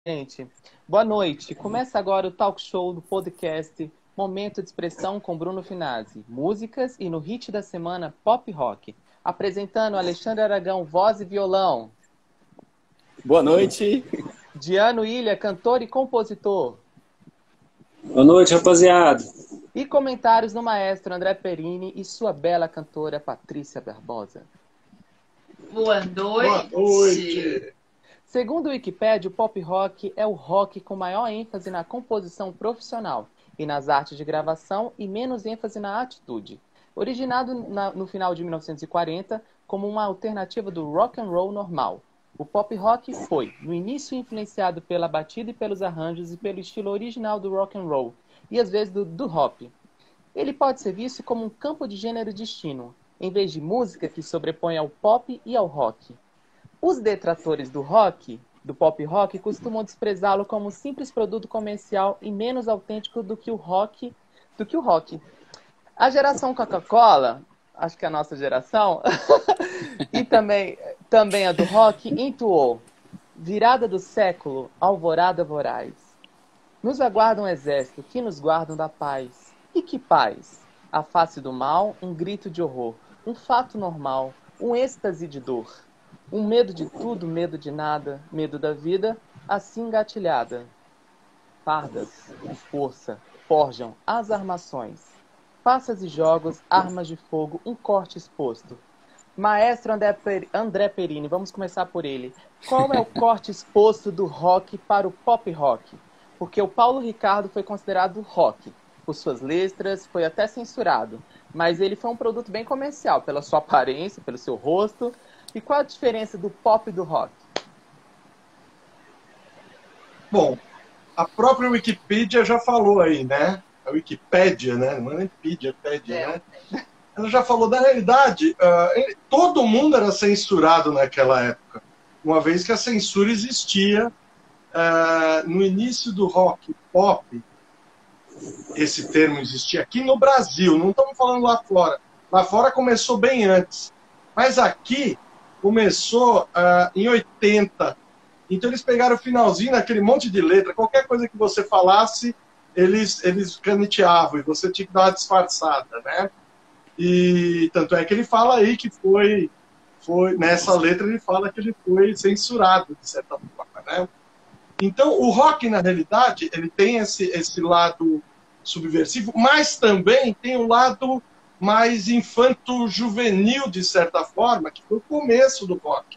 Gente, boa noite. Começa agora o talk show do podcast Momento de Expressão com Bruno Finazzi. Músicas e no hit da semana Pop Rock. Apresentando Alexandre Aragão, voz e violão. Boa noite. Diano Ilha, cantor e compositor. Boa noite, rapaziada. E comentários do maestro André Perini e sua bela cantora Patrícia Barbosa. Boa noite. Boa noite. Segundo o Wikipedia, o pop rock é o rock com maior ênfase na composição profissional e nas artes de gravação e menos ênfase na atitude. Originado no final de 1940 como uma alternativa do rock and roll normal, o pop rock foi, no início, influenciado pela batida e pelos arranjos e pelo estilo original do rock and roll e às vezes do hop. Ele pode ser visto como um campo de gênero distinto, em vez de música que sobrepõe ao pop e ao rock. Os detratores do rock, do pop rock, costumam desprezá-lo como um simples produto comercial e menos autêntico do que o rock. A geração Coca-Cola, acho que é a nossa geração, e também a do rock, entoou: virada do século, alvorada voraz. Nos aguarda um exército que nos guardam da paz. E que paz? A face do mal, um grito de horror, um fato normal, um êxtase de dor. Um medo de tudo, medo de nada, medo da vida, assim engatilhada. Fardas e força forjam as armações. Passas e jogos, armas de fogo, um corte exposto. Maestro André Perini, vamos começar por ele. Qual é o corte exposto do rock para o pop rock? Porque o Paulo Ricardo foi considerado rock. Por suas letras, foi até censurado. Mas ele foi um produto bem comercial, pela sua aparência, pelo seu rosto. E qual a diferença do pop e do rock? Bom, a própria Wikipedia já falou aí, né? A Wikipédia, né? Não é nem Pedia, Pédia, né? Ela já falou, da realidade, todo mundo era censurado naquela época, uma vez que a censura existia no início do rock pop. Esse termo existia aqui no Brasil, não estamos falando lá fora. Lá fora começou bem antes. Mas aqui começou em 80. Então eles pegaram o finalzinho naquele monte de letra. Qualquer coisa que você falasse, eles caneteavam e você tinha que dar uma disfarçada, né? E tanto é que ele fala aí que foi nessa letra ele fala que ele foi censurado, de certa forma, né? Então o rock, na realidade, ele tem esse lado subversivo, mas também tem um lado mais infanto-juvenil, de certa forma, que foi o começo do rock.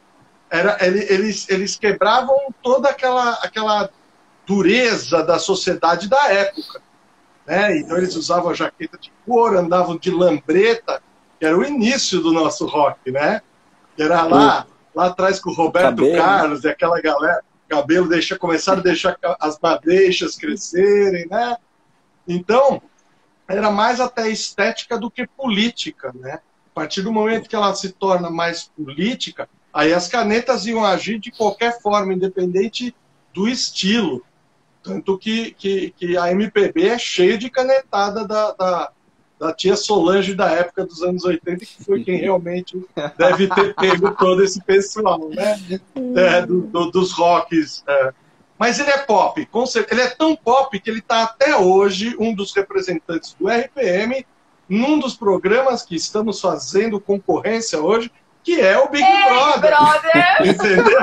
Eles quebravam toda aquela dureza da sociedade da época, né? Então eles usavam a jaqueta de couro, andavam de lambreta, que era o início do nosso rock, né? Que era lá atrás com o Roberto Carlos e aquela galera, cabelo começaram a deixar as madeixas crescerem, né? Então era mais até estética do que política, né? A partir do momento que ela se torna mais política, aí as canetas iam agir de qualquer forma, independente do estilo. Tanto que a MPB é cheia de canetada da tia Solange da época dos anos 80, que foi quem realmente deve ter pego todo esse pessoal, né? Dos rocks. Mas ele é pop, ele é tão pop que ele está até hoje um dos representantes do RPM num dos programas que estamos fazendo concorrência hoje, que é o Big Brother. Entendeu?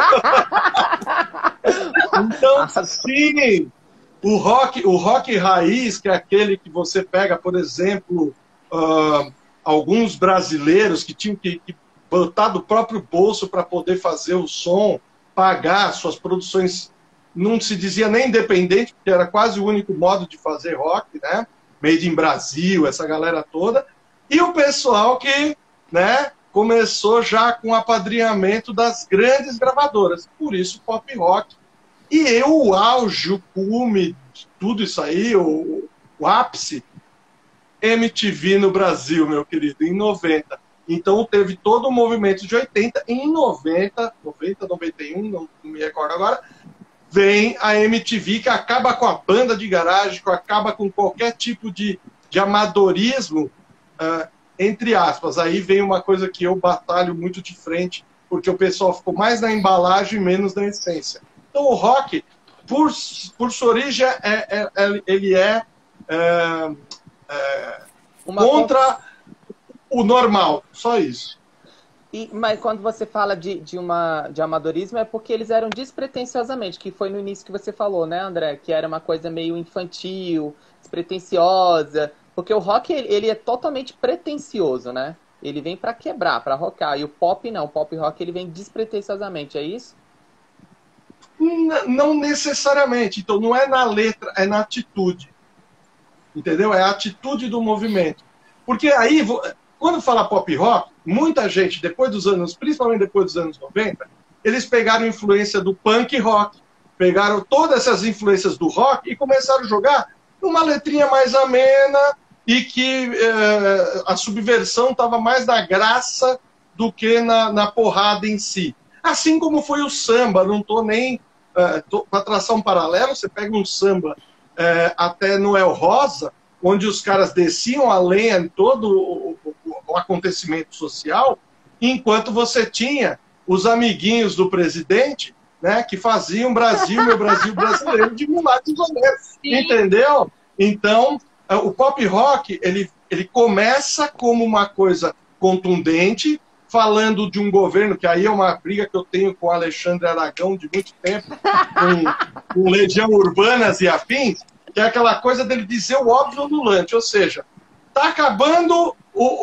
Então, sim, o rock raiz, que é aquele que você pega, por exemplo, alguns brasileiros que tinham que botar do próprio bolso para poder fazer o som, pagar suas produções. Não se dizia nem independente, porque era quase o único modo de fazer rock, né? Made in Brasil, essa galera toda. E o pessoal que, né, começou já com o apadrinhamento das grandes gravadoras. Por isso, pop rock. E o auge, o cume de tudo isso aí, o ápice, MTV no Brasil, meu querido, em 90. Então teve todo o movimento de 80. Em 90, 91, não me recordo agora, vem a MTV, que acaba com a banda de garagem, que acaba com qualquer tipo de amadorismo, entre aspas. Aí vem uma coisa que eu batalho muito de frente, porque o pessoal ficou mais na embalagem e menos na essência. Então o rock, por sua origem, ele contra o normal, só isso. Mas quando você fala de amadorismo, é porque eles eram despretensiosamente, que foi no início que você falou, né, André? Que era uma coisa meio infantil, despretensiosa. Porque o rock, ele é totalmente pretensioso, né? Ele vem pra quebrar, pra rockar. E o pop não, o pop rock ele vem despretensiosamente, é isso? Não necessariamente. Então, não é na letra, é na atitude. Entendeu? É a atitude do movimento. Porque aí, quando fala pop rock, muita gente, principalmente depois dos anos 90, eles pegaram influência do punk rock, pegaram todas essas influências do rock e começaram a jogar numa letrinha mais amena e que a subversão estava mais na graça do que na porrada em si. Assim como foi o samba, não estou nem... para traçar um paralelo, você pega um samba até Noel Rosa, onde os caras desciam a lenha em todo o acontecimento social, enquanto você tinha os amiguinhos do presidente, né, que faziam Brasil, meu Brasil brasileiro, de mulato e goleiro. Entendeu? Então, o pop rock, ele começa como uma coisa contundente, falando de um governo, que aí é uma briga que eu tenho com o Alexandre Aragão de muito tempo, com Legião Urbanas e afins, que é aquela coisa dele dizer o óbvio ondulante, ou seja, está acabando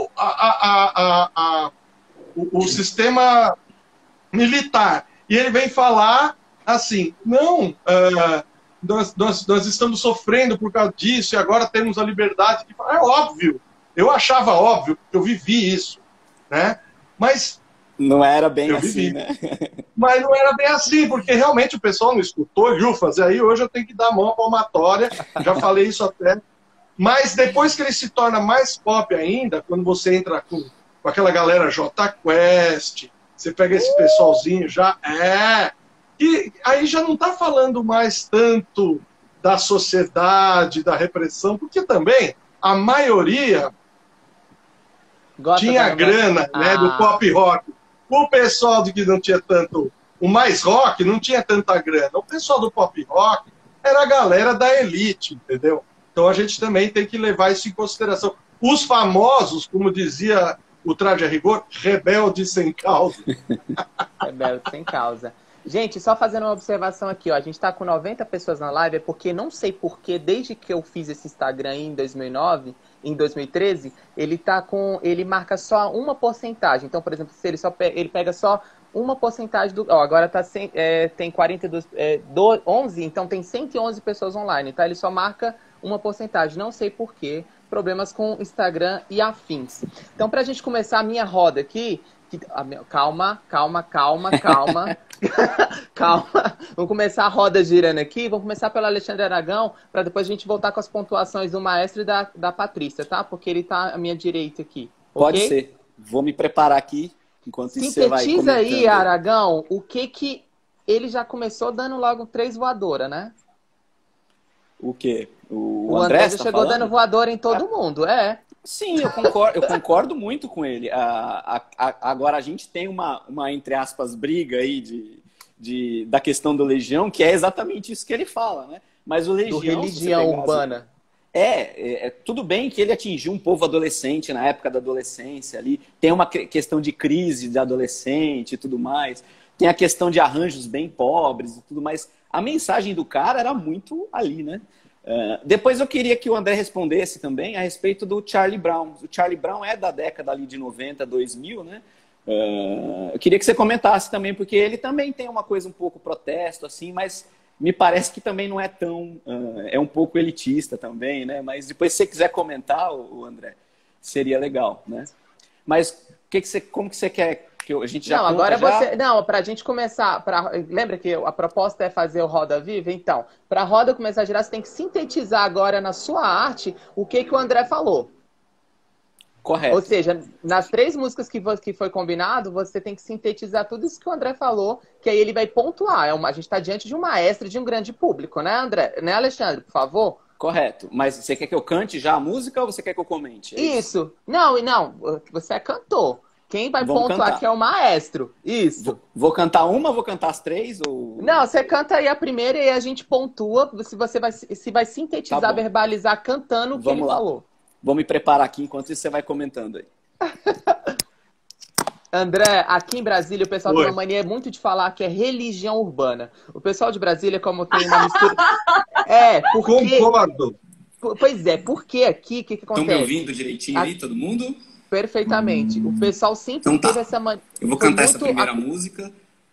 o sistema militar. E ele vem falar assim, não, nós estamos sofrendo por causa disso, e agora temos a liberdade de falar. É óbvio, eu achava óbvio, porque eu vivi isso, né? Mas não era bem assim, né? Mas não era bem assim, porque realmente o pessoal não escutou, viu? Fazer aí, hoje eu tenho que dar a mão à palmatória, já falei isso até. Mas depois que ele se torna mais pop ainda, quando você entra com aquela galera Jota Quest, você pega esse pessoalzinho já, e aí já não está falando mais tanto da sociedade, da repressão, porque também a maioria tinha grana, né, do pop rock. O pessoal de que não tinha tanto... O mais rock não tinha tanta grana. O pessoal do pop rock era a galera da elite, entendeu? Então a gente também tem que levar isso em consideração. Os famosos, como dizia o Traje a Rigor, rebeldes sem causa. Rebeldes sem causa. Gente, só fazendo uma observação aqui, ó. A gente tá com 90 pessoas na live, é porque não sei porquê, desde que eu fiz esse Instagram aí em 2009, em 2013, ele marca só uma porcentagem. Então, por exemplo, se ele pega só uma porcentagem do... Ó, agora tem 42... 11, então tem 111 pessoas online, tá? Ele só marca uma porcentagem. Não sei porquê. Problemas com Instagram e afins. Então, pra gente começar a minha roda aqui... Calma. Calma. Vamos começar a roda girando aqui. Vamos começar pelo Alexandre Aragão, para depois a gente voltar com as pontuações do Maestro e da Patrícia, tá? Porque ele tá à minha direita aqui. Pode ser. Vou me preparar aqui, enquanto isso você vai comentando. Sintetiza aí, Aragão, o que ele já começou dando logo 3 voadoras, né? O quê? O André já chegou dando voadora em todo mundo, Sim, eu concordo muito com ele. Agora a gente tem uma entre aspas, briga aí da questão do Legião, que é exatamente isso que ele fala, né? Mas o Legião... Do religião urbana. Tudo bem que ele atingiu um povo adolescente na época da adolescência ali. Tem uma questão de crise de adolescente e tudo mais. Tem a questão de arranjos bem pobres e tudo mais. A mensagem do cara era muito ali, né? Depois eu queria que o André respondesse também a respeito do Charlie Brown. O Charlie Brown é da década ali de 90, 2000, né? Eu queria que você comentasse também, porque ele também tem uma coisa um pouco protesto, assim, mas me parece que também não é tão... é um pouco elitista também, né? Mas depois, se você quiser comentar, o André, seria legal, né? Mas como que você quer... Que a gente já não, agora você... Não, para a gente começar... Lembra que a proposta é fazer o Roda Viva? Então, para a roda começar a girar, você tem que sintetizar agora na sua arte o que o André falou. Correto. Ou seja, nas 3 músicas que foi combinado, você tem que sintetizar tudo isso que o André falou, que aí ele vai pontuar. A gente está diante de um maestro, de um grande público, né, André? Né, Alexandre, por favor? Correto. Mas você quer que eu cante já a música ou você quer que eu comente? Isso. Não, você é cantor. Quem vai Vamos pontuar cantar. aqui é o maestro. Isso. Vou cantar uma, vou cantar as três? Ou... Não, você canta aí a primeira e a gente pontua se você vai Tá sintetizar, bom. verbalizar cantando o que ele Vamos lá. falou. Vou me preparar aqui, enquanto isso você vai comentando aí. André, aqui em Brasília o pessoal Oi. tem uma mania muito de falar que é religião urbana. O pessoal de Brasília, como tem uma mistura... porque... Concordo. Pois é, porque aqui, o que Estão me acontece? ouvindo direitinho aí, todo mundo? Perfeitamente. O pessoal sempre Então tá. teve essa mania... Eu vou cantar essa primeira música.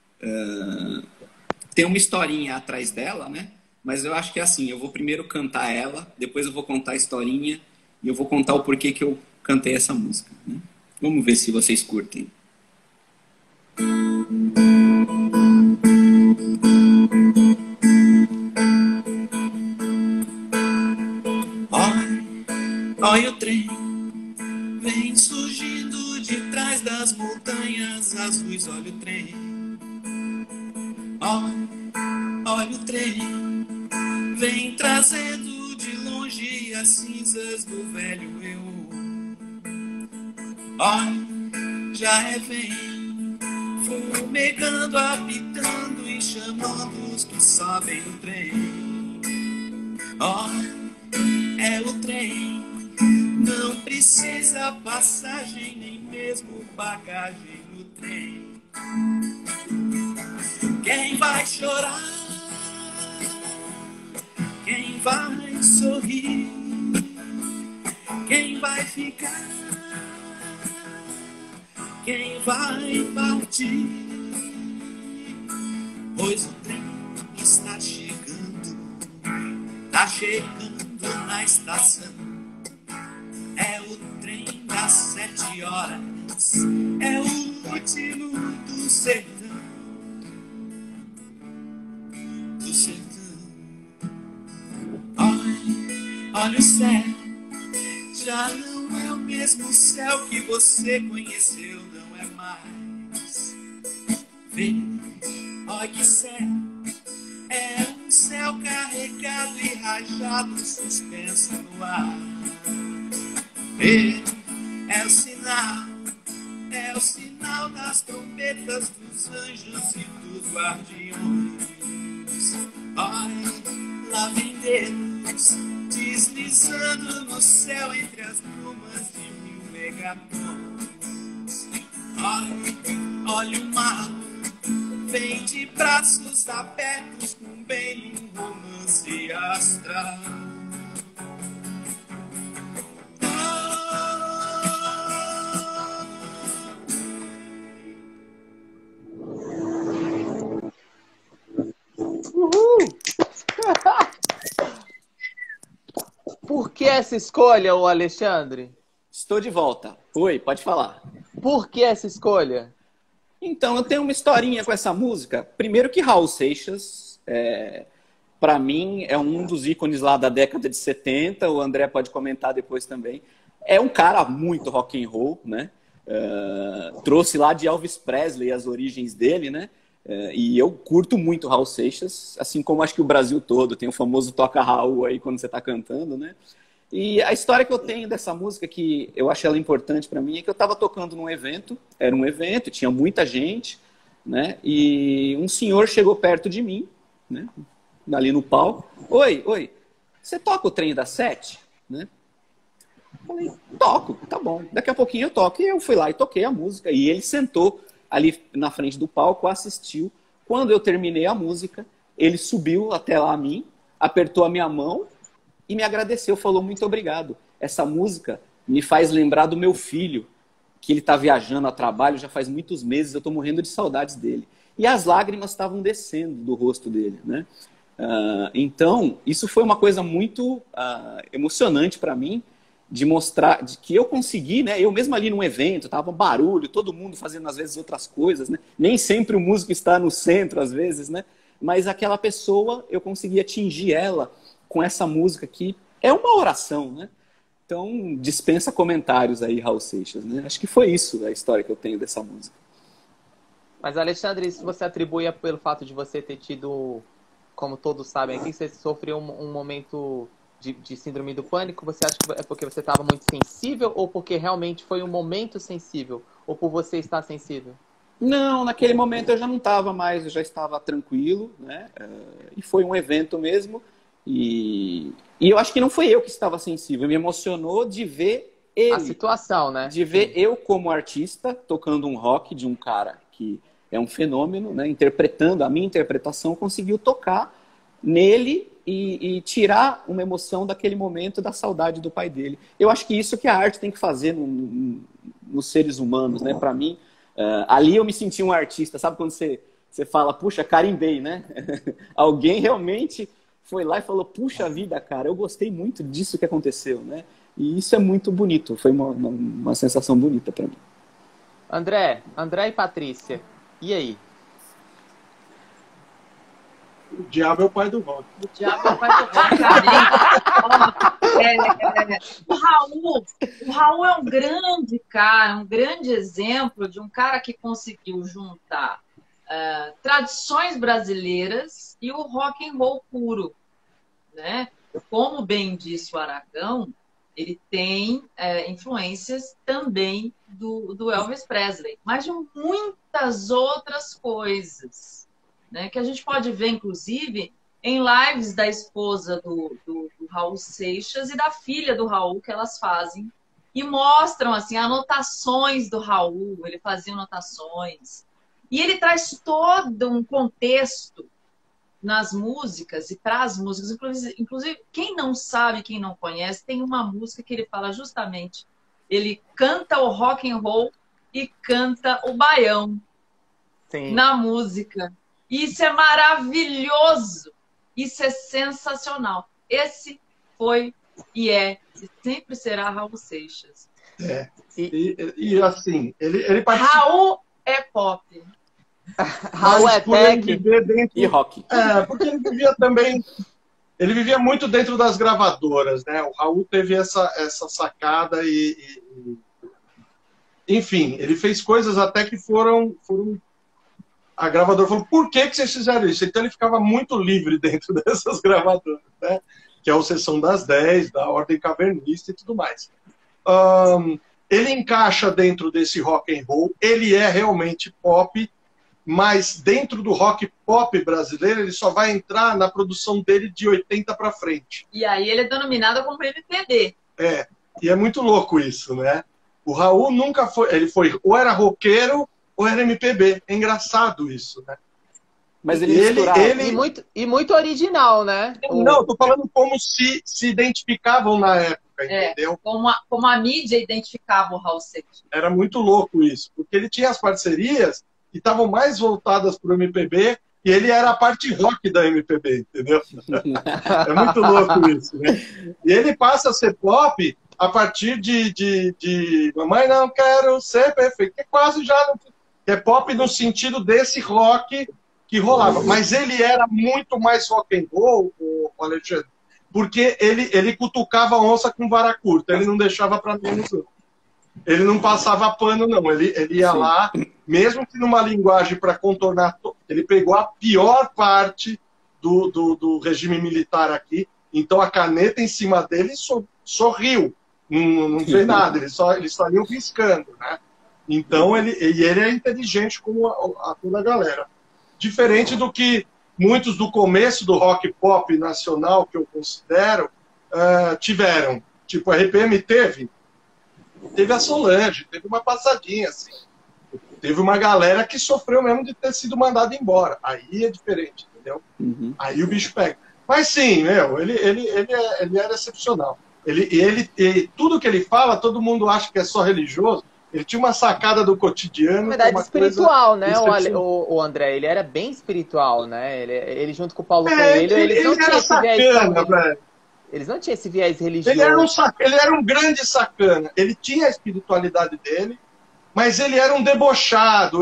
Tem uma historinha atrás dela, né? Mas eu acho que é assim, eu vou primeiro cantar ela, depois eu vou contar a historinha e eu vou contar o porquê que eu cantei essa música, né? Vamos ver se vocês curtem. Olha o trem, vem surgindo de trás das montanhas azuis. Olha o trem, olha o trem, vem trazendo de longe as cinzas do velho eu. Olha, já é vem, fumegando, apitando e chamando os que sobem no trem. Olha, é o trem, não precisa passagem, nem mesmo bagagem no trem. Quem vai chorar? Quem vai sorrir? Quem vai ficar? Quem vai partir? Pois o trem está chegando na estação. É o trem das 7 horas, é o último do sertão, do sertão. Olha o céu, já não é o mesmo céu que você conheceu, não é mais. Vê, olha que céu, é um céu carregado e rajado, suspenso no ar. Vê, é o sinal das trombetas dos anjos e dos guardiões. Olha, lá vem Deus, deslizando no céu entre as brumas de 1000 megatons. Olha o mar, vem de braços abertos com bem um romance astral. Por que essa escolha, ô Alexandre? Estou de volta. Oi, pode falar. Por que essa escolha? Então, eu tenho uma historinha com essa música. Primeiro que Raul Seixas, para mim, é um dos ícones lá da década de 70. O André pode comentar depois também. É um cara muito rock and roll, né? Trouxe lá de Elvis Presley as origens dele, né? E eu curto muito Raul Seixas, assim como acho que o Brasil todo. Tem o famoso Toca Raul aí quando você está cantando, né? E a história que eu tenho dessa música, que eu acho ela importante para mim, é que eu estava tocando num evento, era um evento, tinha muita gente, né? E um senhor chegou perto de mim, né? Ali no palco. Oi, você toca o Trem das 7? Né? Falei, toco, tá bom. Daqui a pouquinho eu toco. E eu fui lá e toquei a música. E ele sentou ali na frente do palco, assistiu. Quando eu terminei a música, ele subiu até lá a mim, apertou a minha mão e me agradeceu, falou muito obrigado. Essa música me faz lembrar do meu filho, que ele está viajando a trabalho já faz muitos meses, eu estou morrendo de saudades dele. E as lágrimas estavam descendo do rosto dele, né? Então, isso foi uma coisa muito emocionante para mim, de mostrar que eu consegui, né? Eu mesmo ali num evento, tava um barulho, todo mundo fazendo às vezes outras coisas, né? Nem sempre o músico está no centro às vezes, né? Mas aquela pessoa, eu consegui atingir ela com essa música que é uma oração, né? Então, dispensa comentários aí, Raul Seixas, né? Acho que foi isso a história que eu tenho dessa música. Mas, Alexandre, isso você atribui pelo fato de você ter tido, como todos sabem aqui, você sofreu um momento de síndrome do pânico? Você acha que é porque você estava muito sensível ou porque realmente foi um momento sensível? Ou por você estar sensível? Não, naquele momento eu já não estava mais, eu já estava tranquilo, né? E foi um evento mesmo. E eu acho que não foi eu que estava sensível, me emocionou de ver ele. A situação, né? De ver eu como artista tocando um rock de um cara que é um fenômeno, né? Interpretando, a minha interpretação conseguiu tocar nele e tirar uma emoção daquele momento da saudade do pai dele. Eu acho que isso que a arte tem que fazer nos seres humanos, né? Para mim, ali eu me senti um artista. Sabe quando você fala, puxa, carimbei, né? Alguém realmente foi lá e falou, puxa vida, cara, eu gostei muito disso que aconteceu, né? E isso é muito bonito, foi uma sensação bonita para mim. André e Patrícia, e aí? O diabo é o pai do rock. O diabo é o pai do rock, o Raul é um grande cara, um grande exemplo de um cara que conseguiu juntar tradições brasileiras e o rock and roll puro, né? Como bem disse o Aragão, ele tem influências também do Elvis Presley, mas de muitas outras coisas, né? Que a gente pode ver, inclusive, em lives da esposa do Raul Seixas e da filha do Raul, que elas fazem, e mostram assim, anotações do Raul, ele fazia anotações. E ele traz todo um contexto nas músicas e para as músicas. Inclusive, quem não sabe, quem não conhece, tem uma música que ele fala justamente, ele canta o rock and roll e canta o baião. Sim. Na música. Isso é maravilhoso. Isso é sensacional. Esse foi e sempre será Raul Seixas. E assim, ele participa... Raul é pop. Raul é tech e rock. Porque ele vivia também... Ele vivia muito dentro das gravadoras, né? O Raul teve essa sacada enfim, ele fez coisas até que foram... A gravadora falou, por que vocês fizeram isso? Então ele ficava muito livre dentro dessas gravadoras, né? Que é a Sessão das 10, da Ordem Cavernista e tudo mais. Ele encaixa dentro desse rock and roll, ele é realmente pop, mas dentro do rock pop brasileiro, ele só vai entrar na produção dele de 80 para frente. E aí ele é denominado como MPB. E é muito louco isso, né? O Raul nunca foi... Ele foi ou era roqueiro ou era MPB. É engraçado isso, né? Mas ele misturava. E muito original, né? Não, tô falando como se identificavam na época, entendeu? Como a mídia identificava o Raul Seixas. Era muito louco isso, porque ele tinha as parcerias que estavam mais voltadas para o MPB e ele era a parte rock da MPB, entendeu? É muito louco isso, né? E ele passa a ser pop a partir de Mamãe Não Quero Ser Perfeito, que quase já não... É pop no sentido desse rock que rolava. Mas ele era muito mais rock and roll, o Alexandre, porque ele cutucava a onça com vara curta, ele não deixava para menos. Ele não passava pano, não. Ele ia lá, mesmo que numa linguagem para contornar... Ele pegou a pior parte do regime militar aqui, então a caneta em cima dele sorriu. Não fez nada, eles só iam riscando, né? Então, ele é inteligente como toda a galera. Diferente do que muitos do começo do rock pop nacional, que eu considero, tiveram. Tipo, a RPM teve a Solange, teve uma passadinha, assim. Teve uma galera que sofreu mesmo de ter sido mandado embora. Aí é diferente, entendeu? Uhum. Aí o bicho pega. Mas sim, ele era excepcional. Tudo que ele fala, todo mundo acha que é só religioso. Ele tinha uma sacada do cotidiano. Na verdade, espiritual, né, o André? Ele era bem espiritual, né? Ele junto com o Paulo Coelho, eles não tinham esse viés. Eles não tinham esse viés religioso. Ele era um grande sacana. Ele tinha a espiritualidade dele, mas ele era um debochado.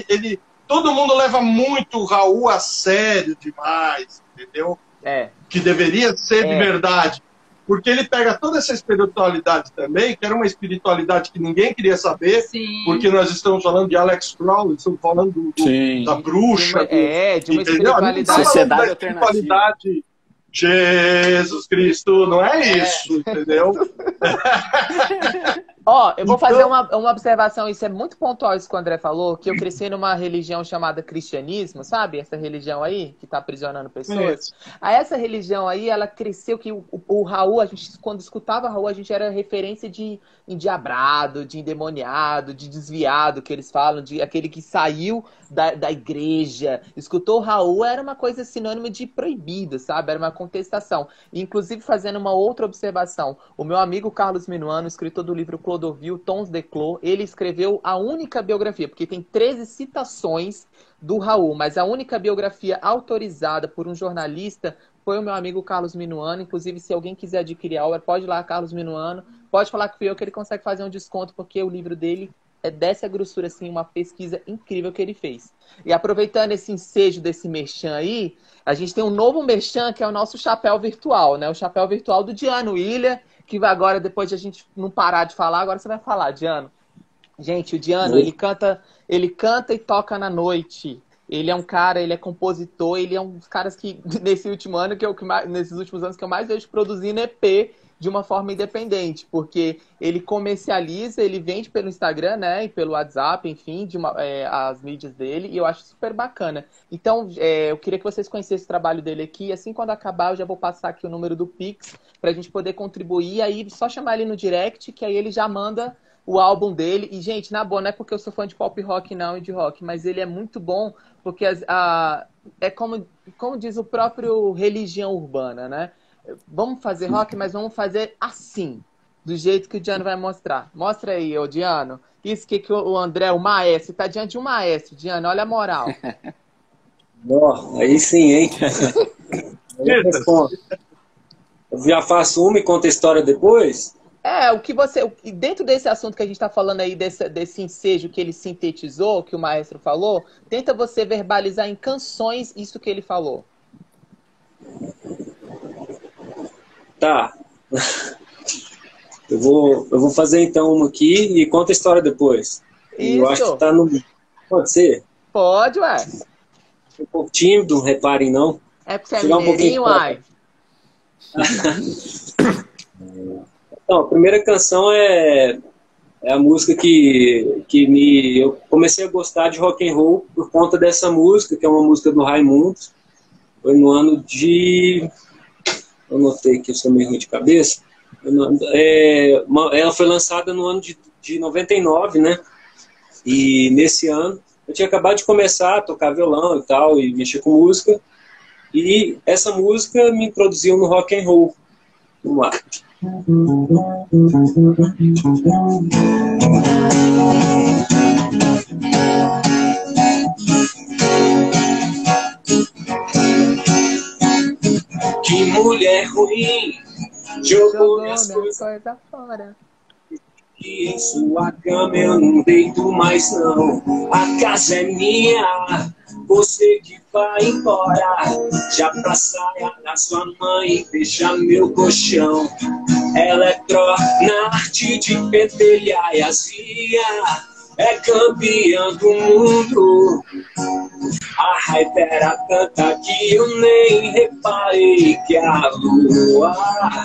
Todo mundo leva muito o Raul a sério demais, entendeu? Que deveria ser de verdade. Porque ele pega toda essa espiritualidade também, que era uma espiritualidade que ninguém queria saber, sim, porque nós estamos falando de Alex Crowley, estamos falando da bruxa. De uma espiritualidade. Sociedade alternativa. Jesus Cristo, não é isso, entendeu? Ó, eu vou Então- fazer uma observação, isso é muito pontual isso que o André falou, que eu cresci numa religião chamada cristianismo, sabe? Essa religião aí, que tá aprisionando pessoas. Aí essa religião aí, ela cresceu que o Raul, a gente, quando escutava Raul, a gente era referência de endiabrado, de endemoniado, de desviado, que eles falam, de aquele que saiu da igreja. Escutou Raul, era uma coisa sinônimo de proibido, sabe? Era uma contestação. E, inclusive, fazendo uma outra observação, o meu amigo Carlos Minuano, escritor do livro Clodovil, Tons de Clô, ele escreveu a única biografia, porque tem 13 citações do Raul, mas a única biografia autorizada por um jornalista foi o meu amigo Carlos Minuano. Inclusive, se alguém quiser adquirir a obra, pode ir lá, Carlos Minuano, pode falar que fui eu, que ele consegue fazer um desconto, porque o livro dele é dessa grossura, assim, uma pesquisa incrível que ele fez. E aproveitando esse ensejo desse merchan aí, a gente tem um novo merchan, que é o nosso chapéu virtual, né? O chapéu virtual do Diano Ilha, que vai agora, depois de a gente não parar de falar, agora você vai falar, Diano. Gente, o Diano, ele canta e toca na noite. Ele é um cara, ele é compositor, ele é um dos caras que, nesse último ano, nesses últimos anos, que eu mais vejo produzindo EP de uma forma independente, porque ele comercializa, ele vende pelo Instagram, né, e pelo WhatsApp, enfim, as mídias dele, e eu acho super bacana. Então, eu queria que vocês conhecessem o trabalho dele aqui, e assim, quando acabar, eu já vou passar aqui o número do Pix, pra gente poder contribuir, aí só chamar ele no direct, que aí ele já manda o álbum dele. E, gente, na boa, não é porque eu sou fã de pop rock, não, e de rock, mas ele é muito bom, porque é como diz o próprio Religião Urbana, né? Vamos fazer rock, mas vamos fazer assim, do jeito que o Diano vai mostrar. Mostra aí, ô Diano. Isso que o André, o maestro, tá diante de um maestro, Diano, olha a moral. Oh, aí sim, hein? Eu respondo. Eu já faço uma e conto a história depois? O que você... Dentro desse assunto que a gente tá falando aí, desse ensejo que ele sintetizou, que o maestro falou, tenta você verbalizar em canções isso que ele falou. Tá. Eu vou fazer então uma aqui e conta a história depois. Isso. Eu acho que tá no... Pode ser? Pode, ué. Um pouco tímido, não reparem não. É porque você é mineirinho, uai. Então, a primeira canção é a música que eu comecei a gostar de rock and roll por conta dessa música, que é uma música do Raimundo. Foi no ano de... Eu anotei que eu sou meio ruim de cabeça. Ela foi lançada no ano de 99, né? E nesse ano eu tinha acabado de começar a tocar violão e tal, e mexer com música. E essa música me introduziu no rock and roll. Vamos lá. Que mulher ruim jogou minhas coisas fora. E em sua cama eu não deito mais não. A casa é minha, você que vai embora. Já pra saia da sua mãe, deixa meu colchão. Eletro na arte de pentelhar e azia, é campeã do mundo. A raivera canta que eu nem reparei que a lua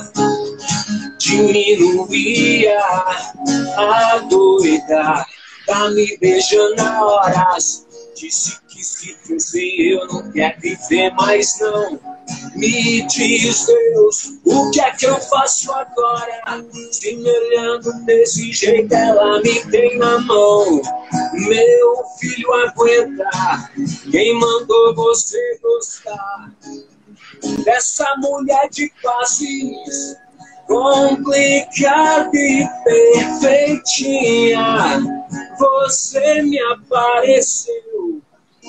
diminuía. A doida tá me beijando a horas. Disse que se fosse eu não quero viver mais não. Me diz Deus, o que é que eu faço agora? Se me olhando desse jeito ela me tem na mão. Meu filho aguenta, quem mandou você gostar dessa mulher de faces complicada e perfeitinha? Você me apareceu,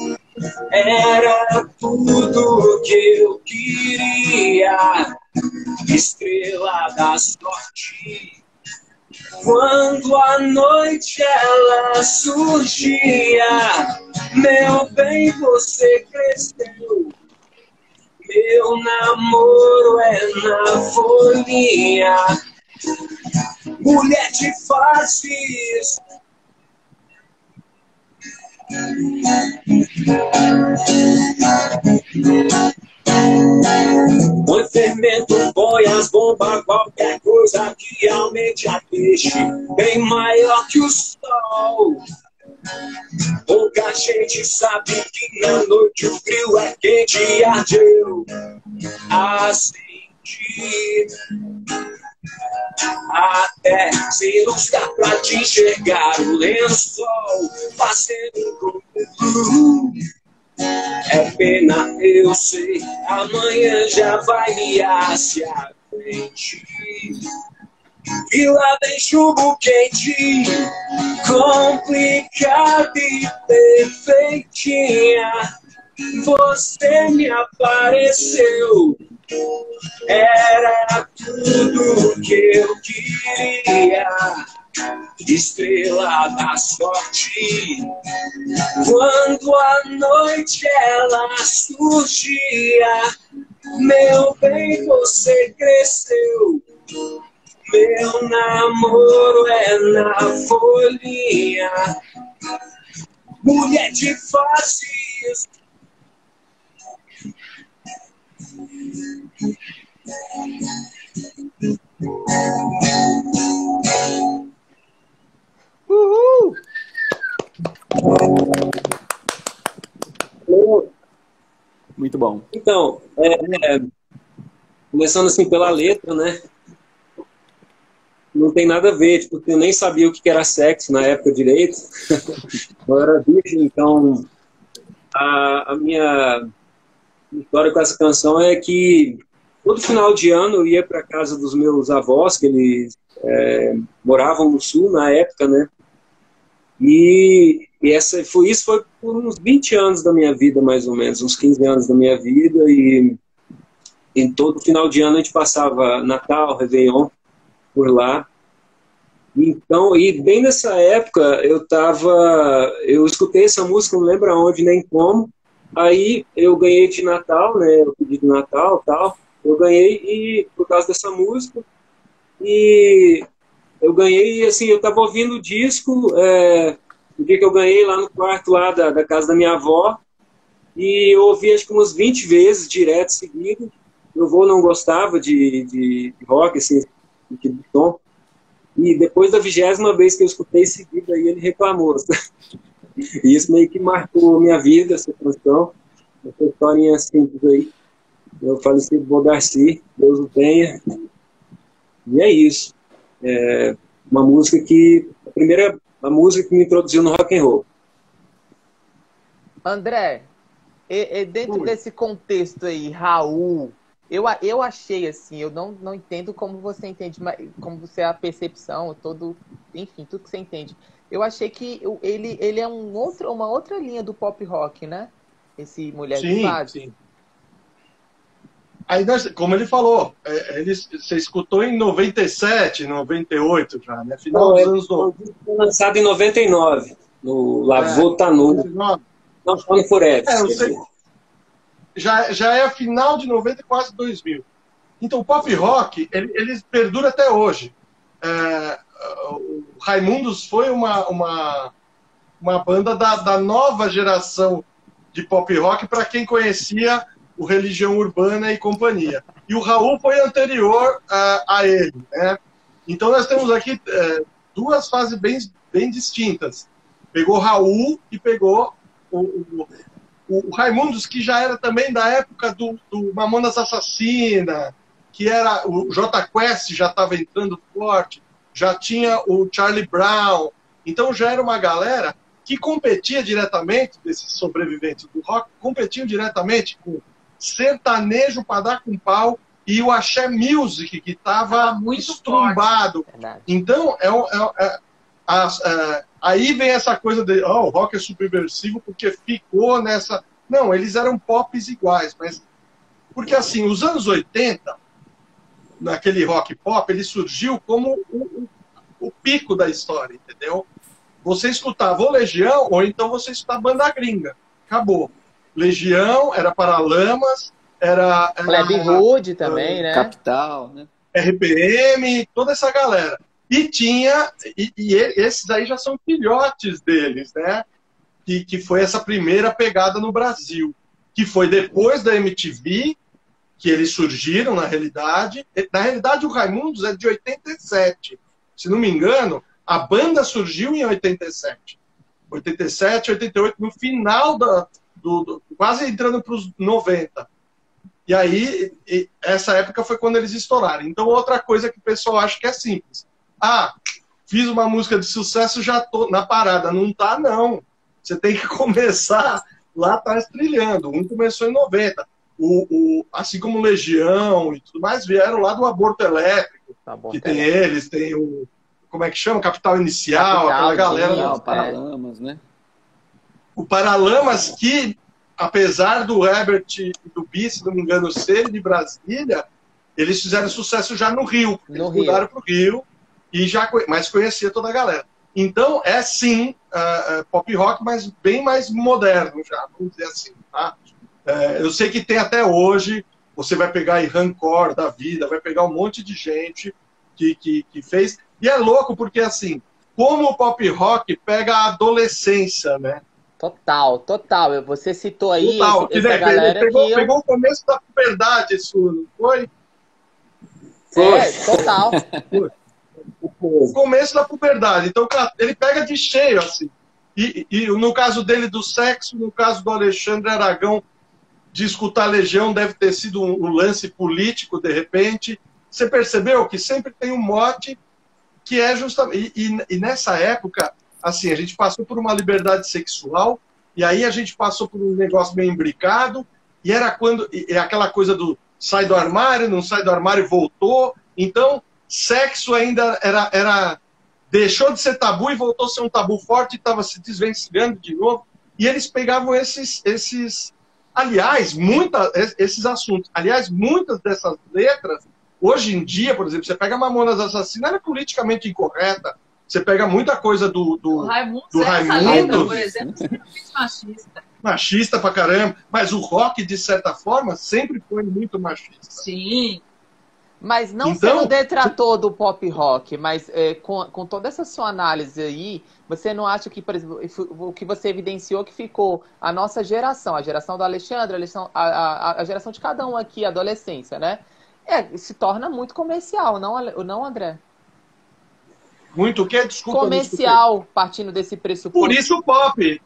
era tudo que eu queria, estrela da sorte. Quando à noite ela surgia, meu bem, você cresceu. Meu namoro é na folhinha, mulher de faces. Põe fermento, põe as bombas, qualquer coisa coisa que realmente a deixe bem maior que o sol. Pouca gente sabe que à noite o frio é quente e ardeu. Acendi até sem luz dá pra te enxergar o lençol fazendo como é pena, eu sei, amanhã já vai me se à frente. E lá vem chumbo quente, complicada e perfeitinha. Você me apareceu, era tudo que eu queria. Estrela da sorte, quando a noite ela surgia, meu bem, você cresceu. Meu namoro é na folhinha, mulher de faces. Uhul! Muito bom. Então, começando assim pela letra, né? Não tem nada a ver, tipo, eu nem sabia o que era sexo na época direito. Eu era virgem, então a minha história com essa canção é que todo final de ano eu ia para casa dos meus avós, que eles moravam no sul na época, né? E isso foi por uns 20 anos da minha vida, mais ou menos, uns 15 anos da minha vida, e em todo final de ano a gente passava Natal, Réveillon, por lá. Então, e bem nessa época eu escutei essa música, não lembro aonde nem como. Aí eu ganhei de Natal, né? Eu pedi de Natal, tal. Eu ganhei e por causa dessa música. E eu ganhei, assim, eu tava ouvindo o disco, o dia que eu ganhei lá no quarto lá da casa da minha avó, e eu ouvi acho que umas 20 vezes direto seguido. Meu avô não gostava de rock, assim, de som. E depois da 20ª vez que eu escutei seguida, aí ele reclamou. E isso meio que marcou a minha vida, essa canção. Essa historinha simples aí. Eu falecido vô Darcy, Deus o tenha. E é isso. Uma música que... A música que me introduziu no rock and roll. André, dentro desse contexto aí, Raul, eu achei assim, eu não entendo como você entende, como você é a percepção, enfim, tudo que você entende. Eu achei que ele é uma outra linha do pop rock, né? Esse Mulher de Fases. Sim. Aí, como ele falou, você escutou em 97, 98 já, né? Final dos anos 90. Foi lançado em 99, no Lavô Tanu. Não, só no Forever. Já é final de 90 e quase 2000. Então, o pop rock, ele perdura até hoje. O Raimundos foi uma banda da nova geração de pop rock para quem conhecia o Religião Urbana e companhia. E o Raul foi anterior a ele, né? Então nós temos aqui duas fases bem distintas. Pegou Raul e pegou o Raimundos, que já era também da época do Mamonas Assassina, que era o Jota Quest, já estava entrando forte, já tinha o Charlie Brown. Então já era uma galera que competia diretamente, desses sobreviventes do rock, competiam diretamente com sertanejo para dar com pau e o axé music, que estava estrumbado. Então, aí vem essa coisa de o rock é subversivo porque ficou nessa... Não, eles eram pops iguais, mas... Porque, assim, os anos 80, naquele rock pop, ele surgiu como o pico da história, entendeu? Você escutava ou Legião, ou então você escutava banda gringa. Acabou. Legião, era Paralamas, era Plebe Hood também, né? Capital, né? RPM, toda essa galera. E tinha, esses aí já são filhotes deles, né? Que foi essa primeira pegada no Brasil, que foi depois da MTV, que eles surgiram, na realidade. Na realidade, o Raimundos é de 87. Se não me engano, a banda surgiu em 87. 87, 88, no final quase entrando para os 90. E aí, essa época foi quando eles estouraram. Então, outra coisa que o pessoal acha que é simples. Ah, fiz uma música de sucesso, já tô na parada. Não tá, não. Você tem que começar lá atrás trilhando. Um começou em 90. Assim como Legião e tudo mais, vieram lá do Aborto Elétrico. Que tem eles, tem o... Como é que chama? Capital Inicial, aquela galera. O Paralamas, né? O Paralamas, que, apesar do Herbert e do Bi, se não me engano, serem de Brasília, eles fizeram sucesso já no Rio. Eles mudaram para o Rio, mas conhecia toda a galera. Então, é sim pop rock, mas bem mais moderno já, vamos dizer assim. Tá? Eu sei que tem até hoje, você vai pegar aí Rancor da vida, vai pegar um monte de gente que fez. E é louco porque, assim, como o pop rock pega a adolescência, né? Total. Você citou aí essa galera pegou o começo da puberdade, isso não foi? Total. O começo da puberdade. Então, ele pega de cheio, assim. E no caso dele do sexo, no caso do Alexandre Aragão, de escutar Legião, deve ter sido um lance político, de repente. Você percebeu que sempre tem um mote que é justamente... E nessa época, assim, a gente passou por uma liberdade sexual, e aí a gente passou por um negócio meio imbricado, e era quando... aquela coisa do sai do armário, não sai do armário, voltou. Então, sexo ainda deixou de ser tabu e voltou a ser um tabu forte, e estava se desvencilhando de novo. E eles pegavam esses assuntos. Aliás, muitas dessas letras, hoje em dia, por exemplo, você pega Mamonas Assassinas, ela é politicamente incorreta. Você pega muita coisa do Raimundos. Raimundos, por exemplo, sempre fez machista. Machista pra caramba. Mas o rock, de certa forma, sempre foi muito machista. Sim. Mas não sendo detrator do pop rock, mas com toda essa sua análise aí, você não acha que, por exemplo, o que você evidenciou que ficou a nossa geração, a geração do Alexandre, a geração de cada um aqui, a adolescência, né? Se torna muito comercial, não, André? Muito o quê? Desculpa. Comercial, partindo desse pressuposto. Por isso pop.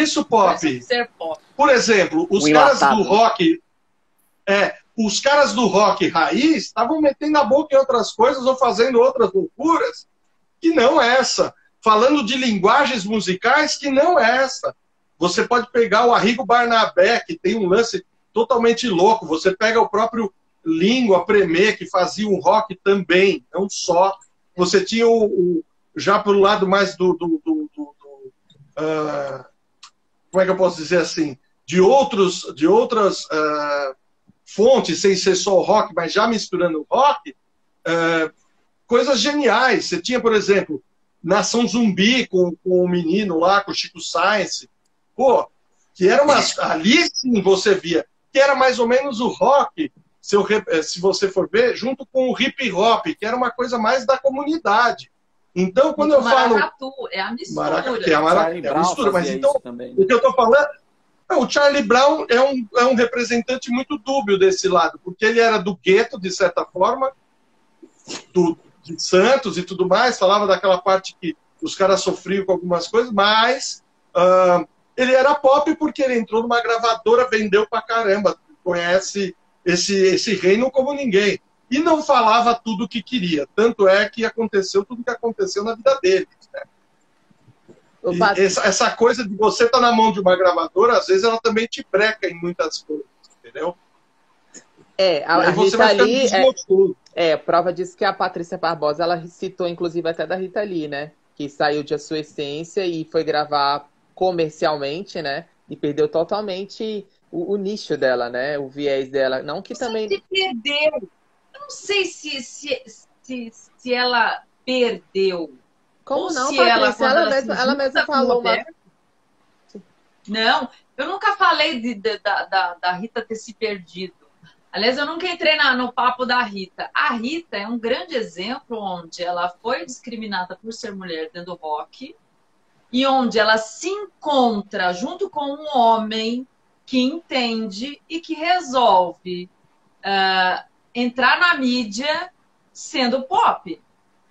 Por exemplo, os caras do rock... os caras do rock raiz estavam metendo a boca em outras coisas ou fazendo outras loucuras que não essa. Falando de linguagens musicais que não é essa. Você pode pegar o Arrigo Barnabé, que tem um lance totalmente louco. Você pega o próprio Língua Premê, que fazia um rock também, não só. Você tinha já pelo lado mais como é que eu posso dizer assim? De outras fontes, sem ser só o rock, mas já misturando o rock, coisas geniais. Você tinha, por exemplo, Nação Zumbi com o menino lá, com o Chico Science, que era ali sim você via, que era mais ou menos o rock, se você for ver, junto com o hip hop, que era uma coisa mais da comunidade. Então, quando eu falo... É a mistura. É a mistura, mas então, o que eu estou falando... O Charlie Brown é um representante muito dúbio desse lado, porque ele era do gueto, de certa forma, de Santos e tudo mais, falava daquela parte que os caras sofriam com algumas coisas, mas ele era pop porque ele entrou numa gravadora, vendeu pra caramba, conhece esse reino como ninguém. E não falava tudo o que queria. Tanto é que aconteceu tudo o que aconteceu na vida dele. Né? Essa coisa de você estar na mão de uma gravadora, às vezes ela também te breca em muitas coisas, entendeu? A Rita Lee prova disso que a Patrícia Barbosa, ela citou inclusive até da Rita Lee, né? Que saiu de A Sua Essência e foi gravar comercialmente, né? E perdeu totalmente o nicho dela, né? O viés dela. Não que também... Se perdeu. Eu não sei se ela perdeu. Como ou não, se Patrícia? ela mesma falou. Não, eu nunca falei da Rita ter se perdido. Aliás, eu nunca entrei no papo da Rita. A Rita é um grande exemplo onde ela foi discriminada por ser mulher dentro do rock e onde ela se encontra junto com um homem que entende e que resolve entrar na mídia sendo pop.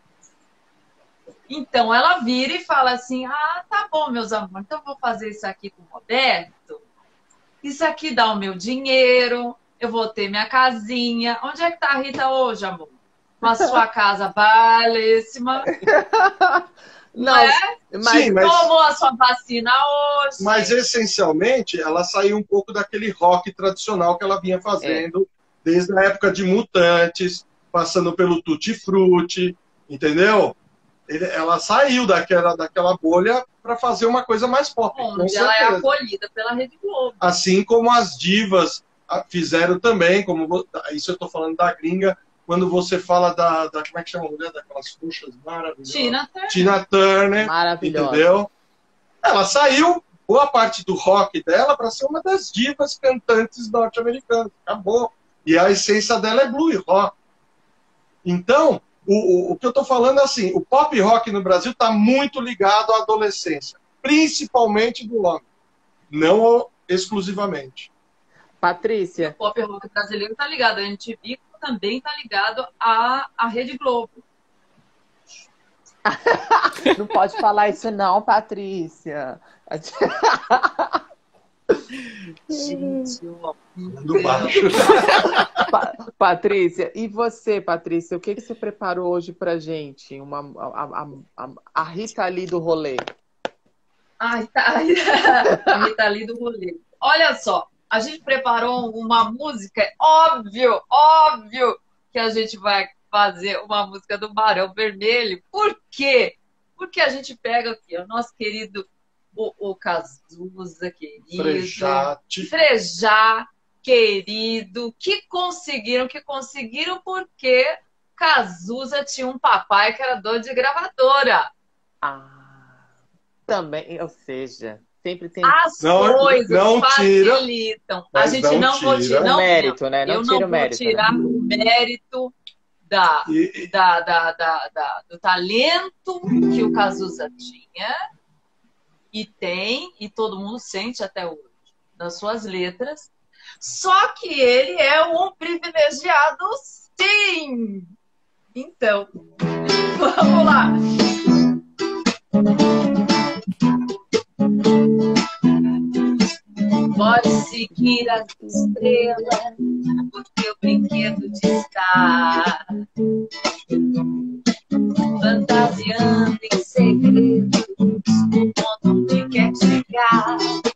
Então ela vira e fala assim, ah, tá bom, meus amores, então eu vou fazer isso aqui com o Roberto, isso aqui dá o meu dinheiro, eu vou ter minha casinha. Onde é que tá a Rita hoje, amor? Com a sua casa belíssima. Não, mas... Sim, mas tomou a sua vacina hoje. Mas essencialmente ela saiu um pouco daquele rock tradicional que ela vinha fazendo desde a época de Mutantes, passando pelo Tutti Frutti, entendeu? Ela saiu daquela bolha para fazer uma coisa mais pop. Onde ela é acolhida pela Rede Globo. Assim como as divas fizeram também, como isso eu estou falando da gringa, quando você fala da como é que chama a mulher? Daquelas fuxas maravilhosas. Tina Turner. Maravilhosa. Entendeu? Ela saiu, boa parte do rock dela, para ser uma das divas cantantes norte-americanas. Acabou. E a essência dela é blue rock. Então, o que eu estou falando é assim, o pop rock no Brasil está muito ligado à adolescência, principalmente do homem, não exclusivamente. Patrícia. O pop rock brasileiro está ligado à MTV, também está ligado à Rede Globo. Não pode falar isso não, Patrícia. Gente, do baixo. Patrícia, e você, Patrícia, o que você preparou hoje pra gente? A Rita Lee do rolê. A Rita Lee do rolê. Olha só, a gente preparou uma música, óbvio que a gente vai fazer uma música do Barão Vermelho. Por quê? Porque a gente pega aqui o nosso querido o Cazuza, querido. Frejá, querido. Que conseguiram porque Cazuza tinha um papai que era dono de gravadora. Também, ou seja, sempre tem... As coisas facilitam. A gente não vou tirar o mérito, né? Eu não vou tirar o mérito do talento que o Cazuza tinha. E tem, e todo mundo sente até hoje, nas suas letras. Só que ele é um privilegiado, sim! Então, vamos lá! Pode seguir as estrelas, o teu brinquedo de estar fantasiando em segredo o ponto onde quer chegar.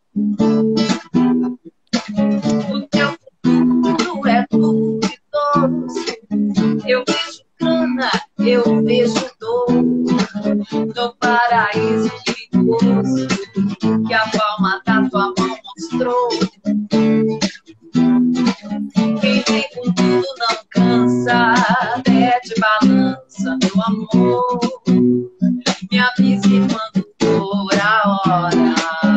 O teu futuro é duvidoso. Eu vejo cana, eu vejo dor no paraíso perigoso que a palma da tua mão mostrou. Quem vem com tudo não cansa, pede balança, meu amor. Me avise quando for a hora.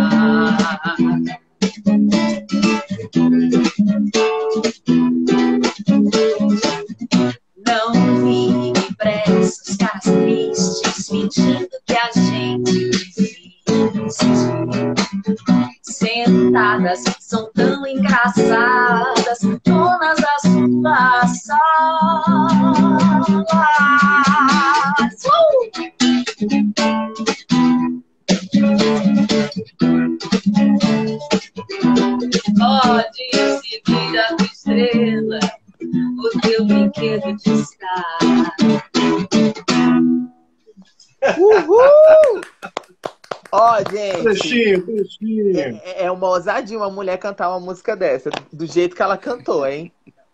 Não ligue pra essas caras tristes, fingindo que a gente existe. Sentadas, são tão engraçadas, donas da sua sala. Pode seguir a tua estrela, o teu brinquedo de estar. Uhul! Ó, gente. Trechinho. É uma ousadia uma mulher cantar uma música dessa, do jeito que ela cantou, hein?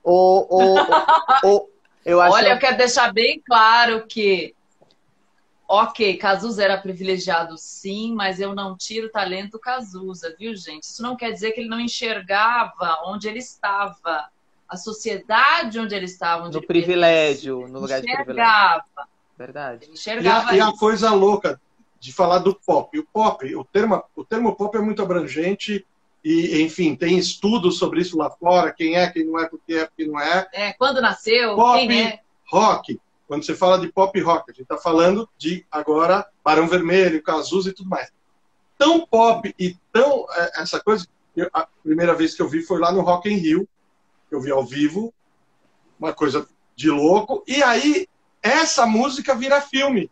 Eu quero deixar bem claro que, ok, Cazuza era privilegiado sim, mas eu não tiro o talento do Cazuza, viu, gente? Isso não quer dizer que ele não enxergava onde ele estava, a sociedade onde ele estava. No privilégio, no lugar de privilégio. Verdade. Ele enxergava e a coisa louca de falar do pop. O termo pop é muito abrangente e, enfim, tem estudos sobre isso lá fora, quem é, quem não é, porque não é. Quando nasceu, pop, quem é. Rock. Quando você fala de pop rock, a gente está falando de, agora, Barão Vermelho, Cazuza e tudo mais. Tão pop e tão... essa coisa... a primeira vez que eu vi foi lá no Rock in Rio, que eu vi ao vivo, uma coisa de louco. E aí, essa música vira filme.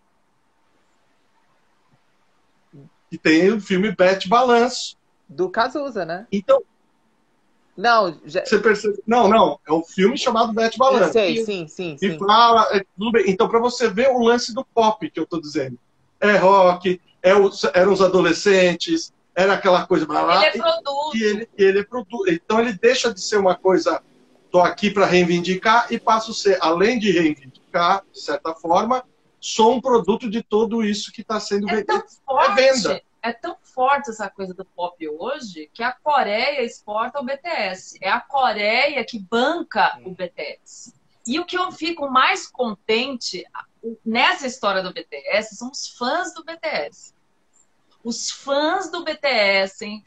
E tem o filme Bete Balanço. Do Cazuza, né? Então, Não, você percebe... Não. É um filme chamado Bete Balanço. eu sei, sim. E fala... tudo bem. Então, para você ver o lance do pop que eu tô dizendo. É rock, eram os adolescentes, era aquela coisa... Ele é produto. E ele é produto. Então, ele deixa de ser uma coisa... Tô aqui para reivindicar e passo a ser, além de reivindicar, de certa forma, sou um produto de tudo isso que está sendo vendido. É venda. É tão forte essa coisa do pop hoje que a Coreia exporta o BTS. É a Coreia que banca o BTS. E o que eu fico mais contente nessa história do BTS são os fãs do BTS. Os fãs do BTS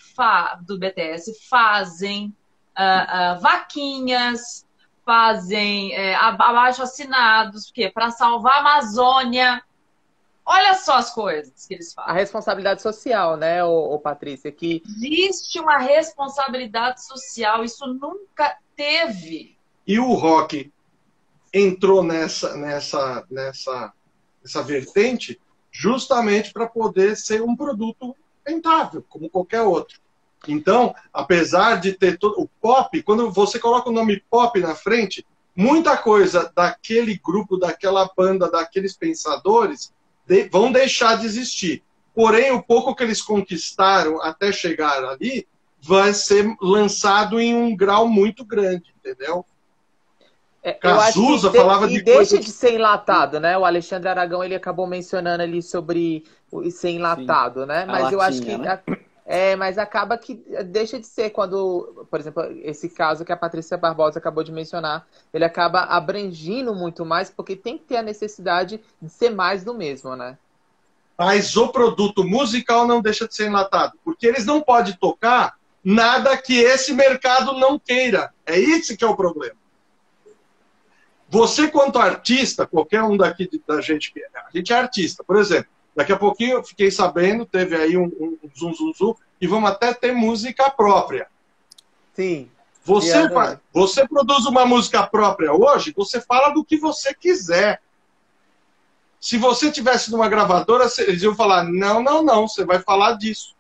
fazem vaquinhas, fazem abaixo-assinados, para salvar a Amazônia. Olha só as coisas que eles fazem. A responsabilidade social, né, ô Patrícia? Que existe uma responsabilidade social, isso nunca teve. E o rock entrou nessa vertente justamente para poder ser um produto rentável, como qualquer outro. Então, apesar de ter todo o pop, quando você coloca o nome pop na frente, muita coisa daquele grupo, daquela banda, daqueles pensadores vão deixar de existir. Porém, o pouco que eles conquistaram até chegar ali vai ser lançado em um grau muito grande, entendeu? Cazuza falava de deixa coisa... de ser enlatado, né? O Alexandre Aragão ele acabou mencionando ali sobre o ser enlatado, sim, né? Mas eu acho que né? Mas acaba que deixa de ser quando, por exemplo, esse caso que a Patrícia Barbosa acabou de mencionar, ele acaba abrangindo muito mais, porque tem que ter a necessidade de ser mais do mesmo, né? Mas o produto musical não deixa de ser enlatado, porque eles não podem tocar nada que esse mercado não queira. É isso que é o problema. Você, quanto artista, qualquer um daqui da gente, a gente é artista, por exemplo, daqui a pouquinho eu fiquei sabendo, teve aí um zum, e vamos até ter música própria. Sim. Você produz uma música própria hoje, você fala do que você quiser. Se você tivesse numa gravadora, eles iam falar, não, você vai falar disso.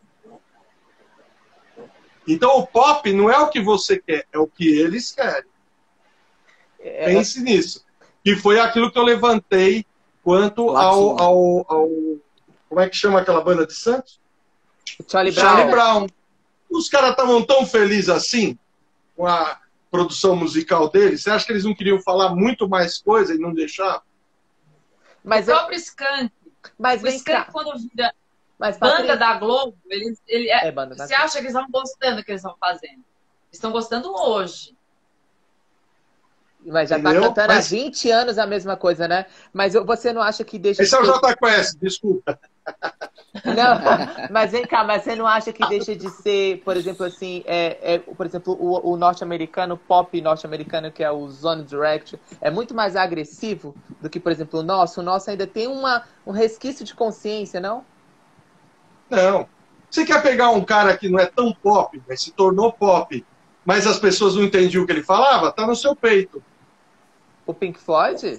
Então o pop não é o que você quer, é o que eles querem. Pense nisso. E foi aquilo que eu levantei quanto ao como é que chama aquela banda de Santos? Charlie Brown. Os caras estavam tão felizes assim com a produção musical deles. Você acha que eles não queriam falar muito mais coisa e não deixar? Mas o próprio Skank. Mas o Skank, quando vira banda da Globo, você acha que eles estão gostando do que eles estão fazendo? Estão gostando hoje. Mas já está cantando há 20 anos a mesma coisa, né? Mas você não acha que deixa... Esse é o Jota Quest, desculpa. Não, mas vem cá, mas você não acha que deixa de ser, por exemplo, assim, por exemplo, o norte-americano, pop norte-americano, que é o One Direction, é muito mais agressivo do que, por exemplo, o nosso? O nosso ainda tem um resquício de consciência, não? Não. Você quer pegar um cara que não é tão pop, mas se tornou pop, mas as pessoas não entendiam o que ele falava? Tá no seu peito. O Pink Floyd?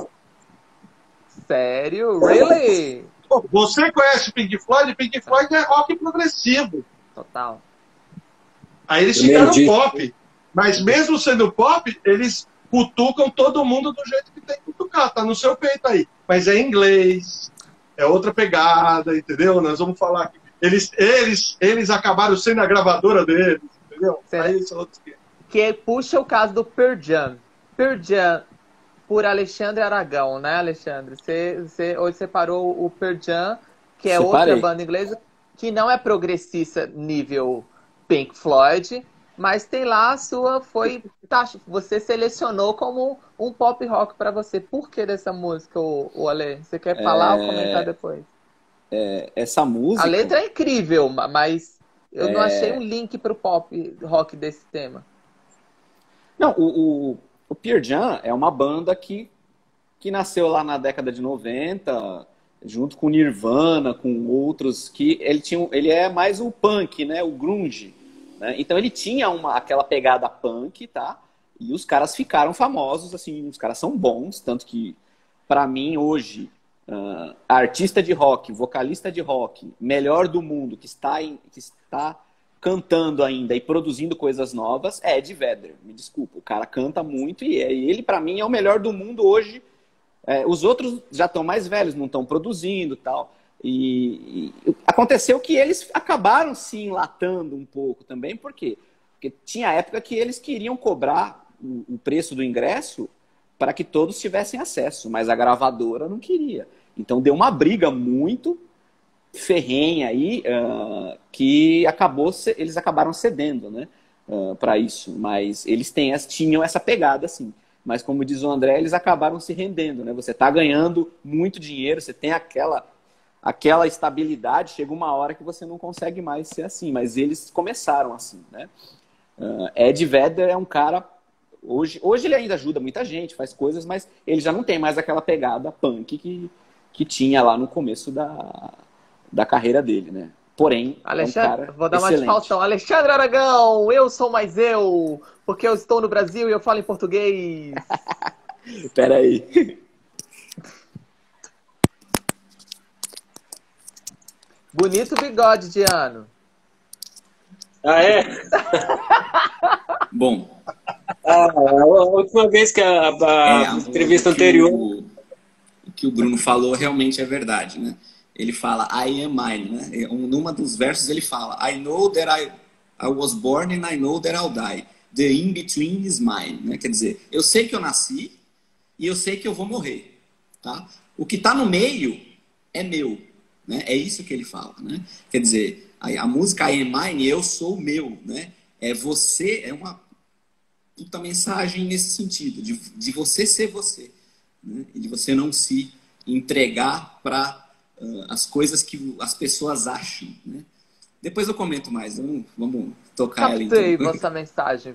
Sério? Really? Você conhece Pink Floyd? Pink Floyd é rock progressivo. Total. Aí eles ficaram pop. Mas mesmo sendo pop, eles cutucam todo mundo do jeito que tem que cutucar. Tá no seu peito aí. Mas é inglês. É outra pegada, entendeu? Nós vamos falar aqui. Eles acabaram sendo a gravadora deles, entendeu? Aí isso é outro que puxa o caso do Pearl Jam. Pearl Jam por Alexandre Aragão, né, Alexandre? Você hoje separou o Pearl Jam, que é outra banda inglesa, que não é progressista nível Pink Floyd, mas tem lá a sua... você selecionou como um pop rock para você. Por que dessa música, o Ale? Você quer falar ou comentar depois? Essa música... A letra é incrível, mas eu não achei um link para o pop rock desse tema. Não, o Pearl Jam é uma banda que nasceu lá na década de 90, junto com Nirvana, com outros, que ele é mais o punk, né, o grunge. Né? Então ele tinha aquela pegada punk, tá? E os caras ficaram famosos, assim, os caras são bons, tanto que, para mim, hoje, artista de rock, vocalista de rock, melhor do mundo, que está cantando ainda e produzindo coisas novas, é Eddie Vedder. Me desculpa, o cara canta muito e ele, para mim, é o melhor do mundo hoje. Os outros já estão mais velhos, não estão produzindo e tal. E aconteceu que eles acabaram se enlatando um pouco também, por quê? Porque tinha época que eles queriam cobrar o preço do ingresso para que todos tivessem acesso, mas a gravadora não queria. Então deu uma briga muito ferrenha aí, que eles acabaram cedendo, né, para isso. Mas eles tinham essa pegada, assim. Mas como diz o André, eles acabaram se rendendo, né? Você está ganhando muito dinheiro, você tem aquela estabilidade, chega uma hora que você não consegue mais ser assim. Mas eles começaram assim, né? Ed Vedder é um cara... Hoje ele ainda ajuda muita gente, faz coisas, mas ele já não tem mais aquela pegada punk que tinha lá no começo da carreira dele, né? Porém, Alexandre, é um cara vou dar uma excelente. de Faustão. Alexandre Aragão, eu sou mais eu, porque eu estou no Brasil e eu falo em português. Peraí. Bonito bigode, Diano. Ah, é? Bom, A última vez que a entrevista anterior... O que o Bruno falou realmente é verdade, né? Ele fala, I am mine, né? Numa dos versos ele fala, I know that I was born and I know that I'll die. The in-between is mine, né? Quer dizer, eu sei que eu nasci e eu sei que eu vou morrer, tá? O que está no meio é meu, né? É isso que ele fala, né? Quer dizer, a música I am mine, eu sou meu, né? Você, é uma puta mensagem nesse sentido, de você ser você, né? E de você não se entregar para as coisas que as pessoas acham, né? Depois eu comento mais, vamos tocar ela então. Captei vossa mensagem.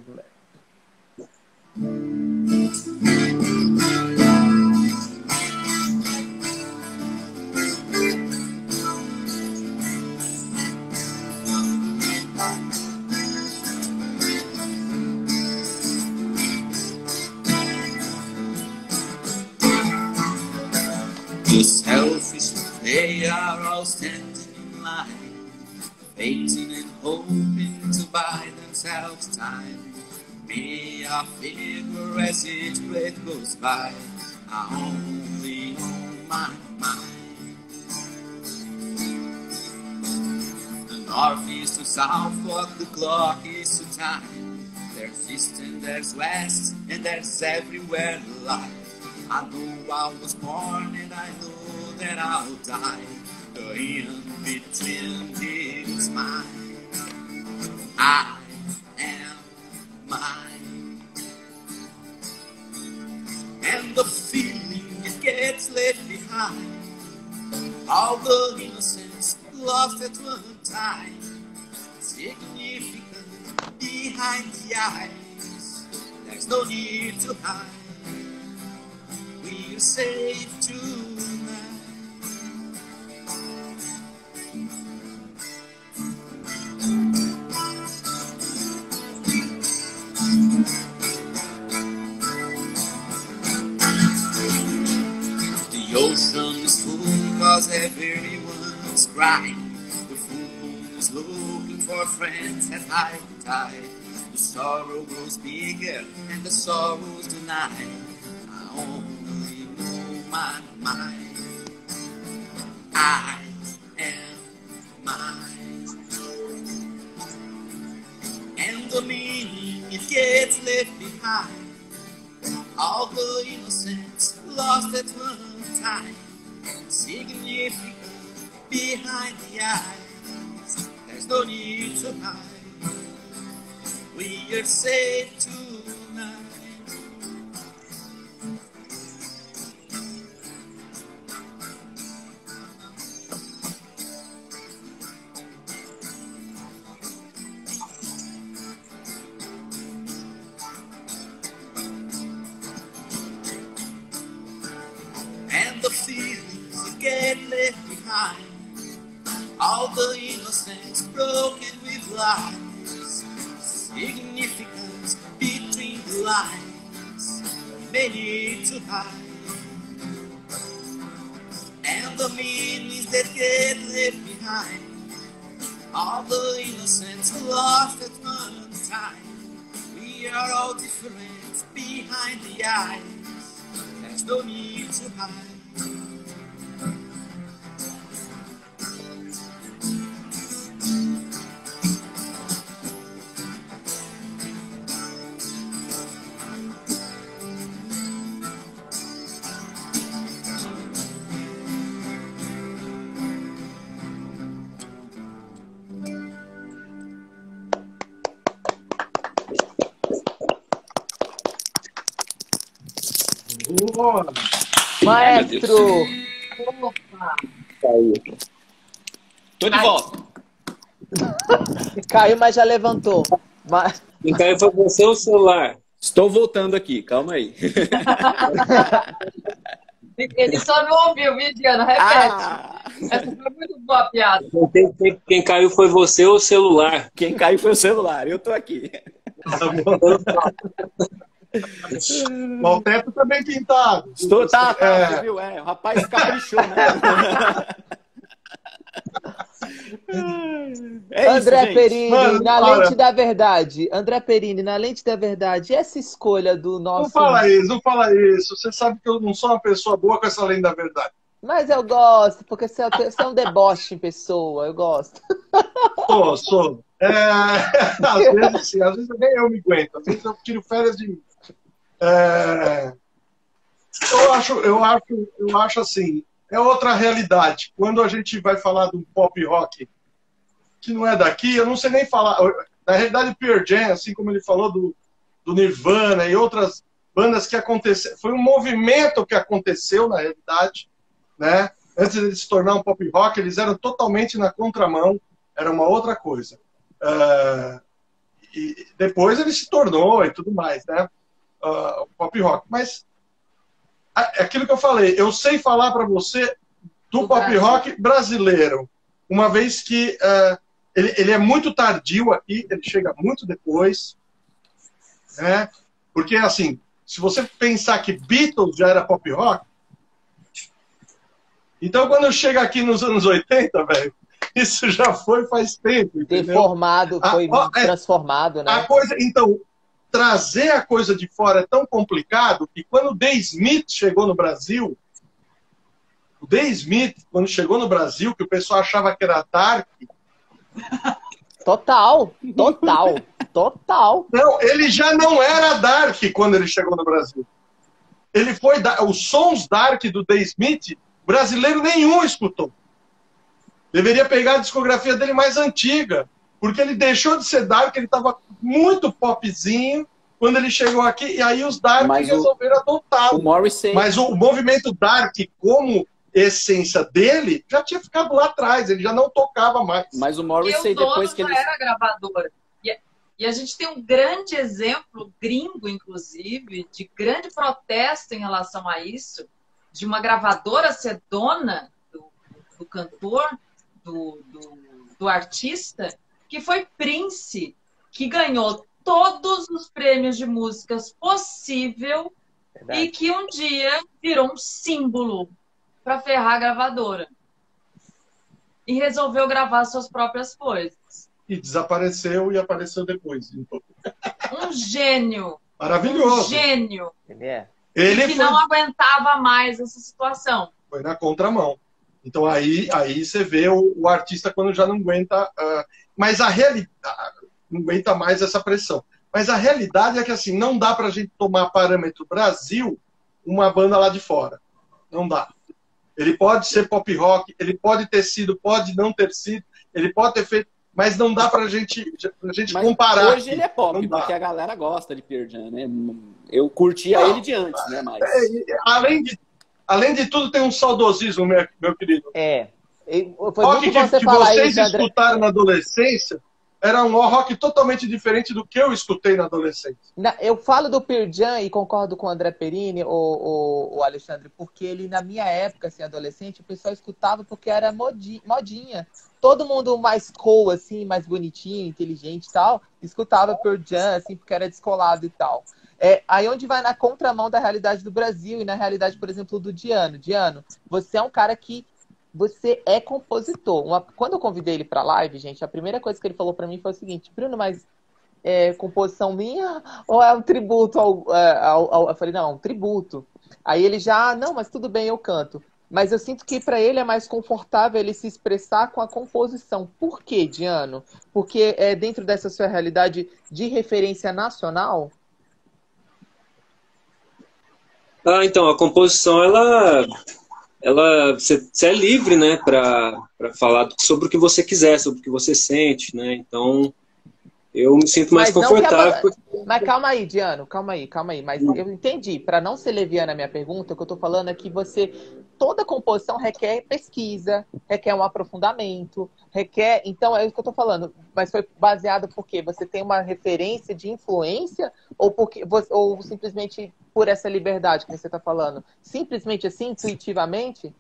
The selfish, they are all standing in line, waiting and hoping to buy themselves time. Me, I figure as each breath goes by, I only own my mind. The north is to south, what the clock is to time. There's east and there's west, and there's everywhere light. I know I was born and I know that I'll die. The in-between is mine. I am mine. And the feeling it gets left behind. All the innocence lost at one time. Significant behind the eyes. There's no need to hide. We're safe tonight. The ocean is full cause everyone's crying. The full moon is looking for friends at high tide. The sorrow grows bigger and the sorrow's denied. I only know my mind. I am mine. And the meaning it gets left behind. All the innocence lost at one time. Significant behind the eyes. There's no need to hide. We are safe tonight. And the feelings you get left behind. All the innocence broken with lies. Significance between the lies, many to hide. And the meanings that get left behind, all the innocents who lost at one time. We are all different behind the eyes, there's no need to hide. Boa. Maestro! Opa! Tô de volta. Caiu, mas já levantou. Mas... Quem caiu foi você ou o celular? Estou voltando aqui, calma aí. Ele só não ouviu, Vidiana, repete. Essa foi muito boa a piada. Quem caiu foi você ou o celular? Quem caiu foi o celular, eu tô aqui. O teto tá bem pintado. Estou, tá, você viu? É, o rapaz caprichou, né? É André isso, Perini, Mano, na para. lente da verdade. André Perini, na lente da verdade, essa escolha do Não nosso... fala isso, não fala isso. Você sabe que eu não sou uma pessoa boa com essa lei da verdade. Mas eu gosto, porque você é um deboche em pessoa, eu gosto. Sou. Às vezes sim, às vezes nem eu me aguento. Às vezes eu tiro férias de mim. Eu acho assim, é outra realidade. Quando a gente vai falar de um pop rock que não é daqui, eu não sei nem falar. Na realidade, o Pearl Jam, assim como ele falou do Nirvana e outras bandas que aconteceram, foi um movimento que aconteceu na realidade, né? Antes de se tornar um pop rock, eles eram totalmente na contramão, era uma outra coisa. E depois ele se tornou e tudo mais, né? O pop rock. Mas aquilo que eu falei, eu sei falar para você do pop rock brasileiro, uma vez que ele é muito tardio aqui, ele chega muito depois, né? Porque, assim, se você pensar que Beatles já era pop rock, então quando chega aqui nos anos 80, velho, isso já foi faz tempo, entendeu? Deformado, foi transformado, né? A coisa, então, trazer a coisa de fora é tão complicado que quando o The Smith chegou no Brasil, que o pessoal achava que era dark. Total. Não, ele já não era dark quando ele chegou no Brasil. Ele foi os sons dark do The Smith, brasileiro nenhum escutou. Deveria pegar a discografia dele mais antiga, porque ele deixou de ser dark, ele estava muito popzinho quando ele chegou aqui, e aí os dark resolveram adotá-lo. Mas o movimento dark, como essência dele, já tinha ficado lá atrás, ele já não tocava mais. Mas o Morrissey, depois que ele... já era gravadora. E a gente tem um grande exemplo, gringo inclusive, de grande protesto em relação a isso, de uma gravadora ser dona do cantor, do artista, que foi Prince, que ganhou todos os prêmios de músicas possível. Verdade. E que um dia virou um símbolo para ferrar a gravadora. E resolveu gravar suas próprias coisas. E desapareceu e apareceu depois. Um gênio. Maravilhoso. Um gênio. Ele que não aguentava mais essa situação. Foi na contramão. Então aí você vê o artista quando já não aguenta, mas a realidade não aguenta mais essa pressão. Mas a realidade é que assim, não dá pra gente tomar parâmetro Brasil uma banda lá de fora. Não dá. Ele pode ser pop rock, ele pode ter sido, pode não ter sido, ele pode ter feito, mas não dá pra gente comparar. Hoje ele é pop, porque a galera gosta de Pearl Jam, né? Eu curtia ele de antes, né? Mas... Além de tudo, tem um saudosismo, meu querido. Foi rock muito que vocês escutaram na adolescência era um rock totalmente diferente do que eu escutei na adolescência. Eu falo do Pearl Jam e concordo com o André Perini, o Alexandre, porque ele, na minha época, assim, adolescente, o pessoal escutava porque era modinha. Todo mundo mais cool, assim, mais bonitinho, inteligente e tal, escutava Pearl Jam, assim, porque era descolado e tal. Aí onde vai na contramão da realidade do Brasil e na realidade, por exemplo, do Diano. Diano, você é um cara que você é compositor. Quando eu convidei ele para a live, gente, a primeira coisa que ele falou para mim foi o seguinte: Bruno, mas composição minha ou é um tributo eu falei, não, é um tributo. Aí ele já, não, mas tudo bem, eu canto. Mas eu sinto que para ele é mais confortável ele se expressar com a composição. Por quê, Diano? Porque é dentro dessa sua realidade de referência nacional? Então, a composição, você é livre, né, para falar sobre o que você quiser, sobre o que você sente, né? Então, eu me sinto mais confortável. Mas calma aí, Diano, calma aí. Mas eu entendi. Para não ser leviana a minha pergunta, o que eu estou falando é que toda composição requer pesquisa, requer um aprofundamento, requer... Então, é isso que eu estou falando. Mas foi baseado por quê? Você tem uma referência de influência ou simplesmente por essa liberdade que você está falando? Simplesmente assim, intuitivamente?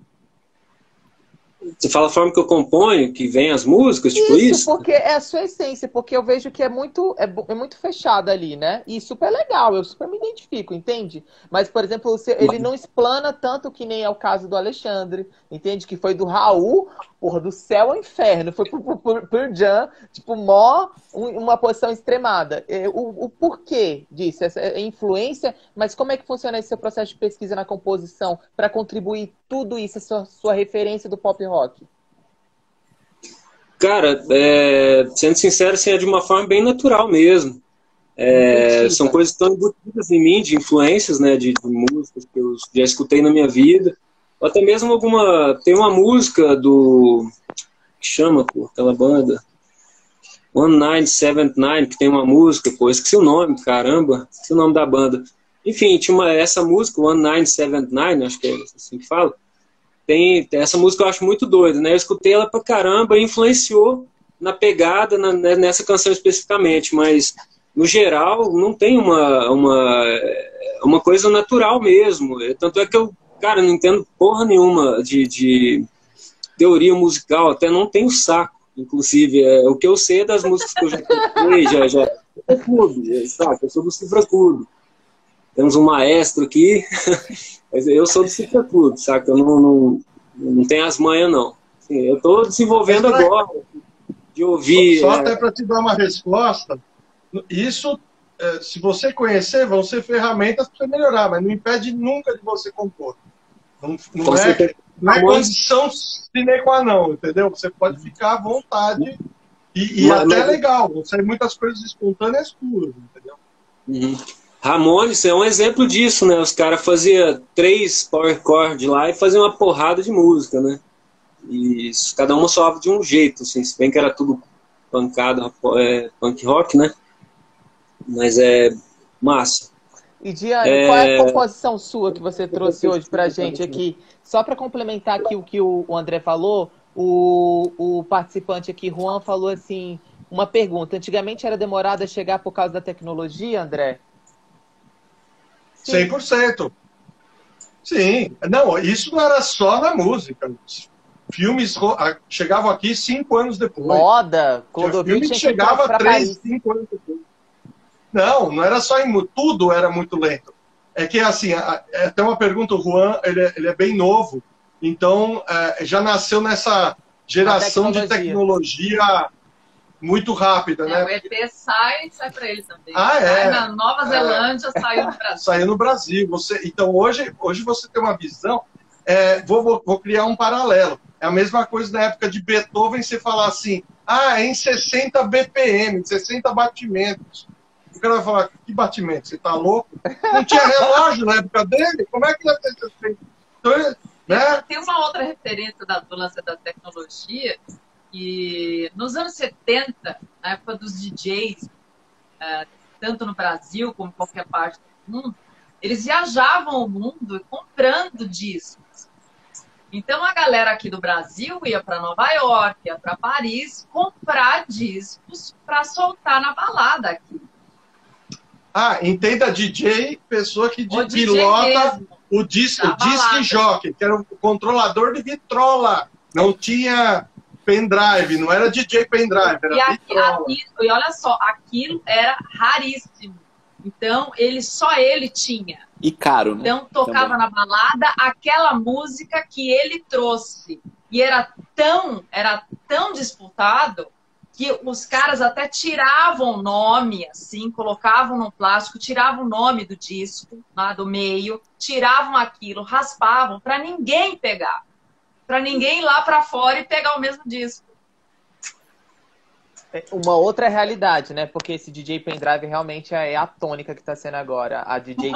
Você fala a forma que eu componho, que vem as músicas, tipo isso? Porque é a sua essência, porque eu vejo que é muito fechado ali, né? E super legal, eu super me identifico, entende? Mas, por exemplo, ele não explana tanto que nem é o caso do Alexandre, entende? Que foi do Raul, porra, do céu ao inferno, foi por Jan, tipo, uma posição extremada. O porquê disso, essa influência, mas como é que funciona esse seu processo de pesquisa na composição para contribuir tudo isso, essa sua referência do pop rock? Cara, sendo sincero, assim, é de uma forma bem natural mesmo. São coisas tão embutidas em mim, de influências, né, de músicas que eu já escutei na minha vida. Ou até mesmo tem uma música que chama, pô, aquela banda 1979, que tem uma música, pô, esqueci o nome, caramba, esqueci o nome da banda. Enfim, tinha essa música, 1979, acho que é assim que fala. Tem essa música, eu acho muito doida, né? Eu escutei ela pra caramba e influenciou na pegada, nessa canção especificamente, mas no geral não tem uma coisa natural mesmo. Tanto é que eu, cara, não entendo porra nenhuma de teoria musical, até não tenho saco, inclusive. O que eu sei é das músicas que eu já cantei, já sabe? Eu sou do Cifra Clube. Temos um maestro aqui, mas eu sou do Cifra Clube, saca? Eu não tenho as manhas, não. Assim, eu estou desenvolvendo agora, de ouvir... Só até para te dar uma resposta, isso, se você conhecer, vão ser ferramentas para você melhorar, mas não impede nunca de você compor. Não é condição sine qua non, entendeu? Você pode ficar à vontade e até é legal, vão sair muitas coisas espontâneas puras, entendeu? Uhum. Ramones é um exemplo disso, né? Os caras faziam 3 power chords lá e faziam uma porrada de música, né? E cada uma soava de um jeito, assim, se bem que era tudo pancada, punk rock, né? Mas é massa. E Diane, qual é a composição sua que você trouxe hoje pra gente aqui? Só para complementar aqui o que o André falou, o participante aqui, Juan, falou assim, uma pergunta. Antigamente era demorado a chegar por causa da tecnologia, André? Sim. 100%. Sim. Não, isso não era só na música. Filmes chegavam aqui 5 anos depois. Moda. O filme chegava 3, 5 anos depois. Não era só em... Tudo era muito lento. É que, assim, até uma pergunta, o Juan, ele é bem novo, então já nasceu nessa geração de tecnologia muito rápida, né? O EP sai para ele também. Na Nova Zelândia, saiu no Brasil. Saiu no Brasil. Então, hoje você tem uma visão... vou criar um paralelo. É a mesma coisa na época de Beethoven, você falar assim, é em 60 BPM, 60 batimentos. O cara vai falar, que batimento? Você tá louco? Não tinha relógio na época dele? Como é que ia ter 60? Então, né? Tem uma outra referência do lance da tecnologia, que nos anos 70, na época dos DJs, tanto no Brasil como em qualquer parte do mundo, eles viajavam o mundo comprando discos. Então a galera aqui do Brasil ia para Nova York, ia para Paris, comprar discos para soltar na balada aqui. Entenda DJ, pessoa que pilota o disc jockey, que era o controlador de vitrola. Não tinha pendrive, não era DJ pendrive, era vitrola. E olha só, aquilo era raríssimo. Então, só ele tinha. E caro, né? Então, tocava Também. na balada aquela música que ele trouxe. E era tão disputado que os caras até tiravam o nome, assim, colocavam no plástico, tiravam o nome do disco, lá do meio, tiravam aquilo, raspavam, para ninguém pegar. Para ninguém ir lá para fora e pegar o mesmo disco. Uma outra realidade, né? Porque esse DJ pendrive realmente é a tônica que está sendo agora. A DJ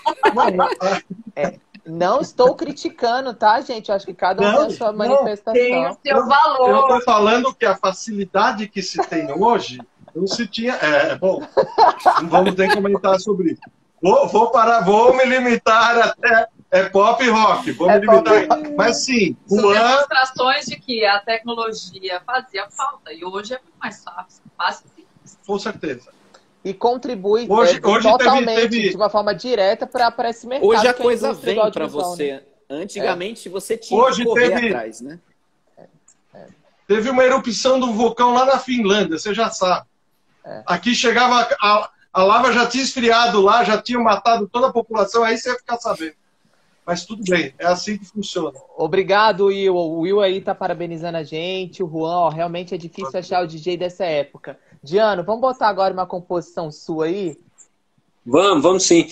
não estou criticando, tá, gente? Eu acho que cada um tem a sua manifestação. Tem o seu Eu valor. estou falando que a facilidade que se tem hoje não se tinha. Bom, não vamos nem comentar sobre isso. Vou me limitar até. É pop e rock, vou me limitar. Mas sim, São demonstrações de que a tecnologia fazia falta. E hoje é muito mais fácil. Com certeza. E contribui hoje totalmente, teve... de uma forma direta para esse mercado. Hoje a que coisa a vem para você. Né? Antigamente você tinha que correr atrás, né? Teve uma erupção do vulcão lá na Finlândia, você já sabe. Aqui chegava, a lava já tinha esfriado lá, já tinha matado toda a população, aí você ia ficar sabendo. Mas tudo bem, é assim que funciona. Obrigado, Will. O Will aí tá parabenizando a gente. O Juan, ó, realmente é difícil achar o DJ dessa época. Diano, vamos botar agora uma composição sua aí? Vamos sim.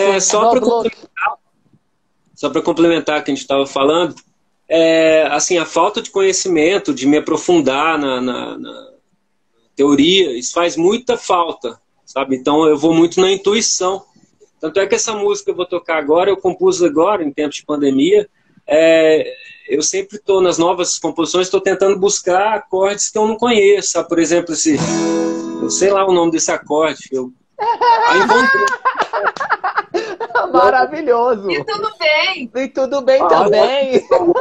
Só para complementar o que a gente estava falando, assim, a falta de conhecimento, de me aprofundar na teoria, isso faz muita falta, sabe? Então eu vou muito na intuição. Tanto é que essa música que eu vou tocar agora, eu compus agora, em tempos de pandemia. Eu sempre estou nas novas composições, estou tentando buscar acordes que eu não conheço. Sabe? Por exemplo, eu sei lá o nome desse acorde. Maravilhoso! E tudo bem! E tudo bem também!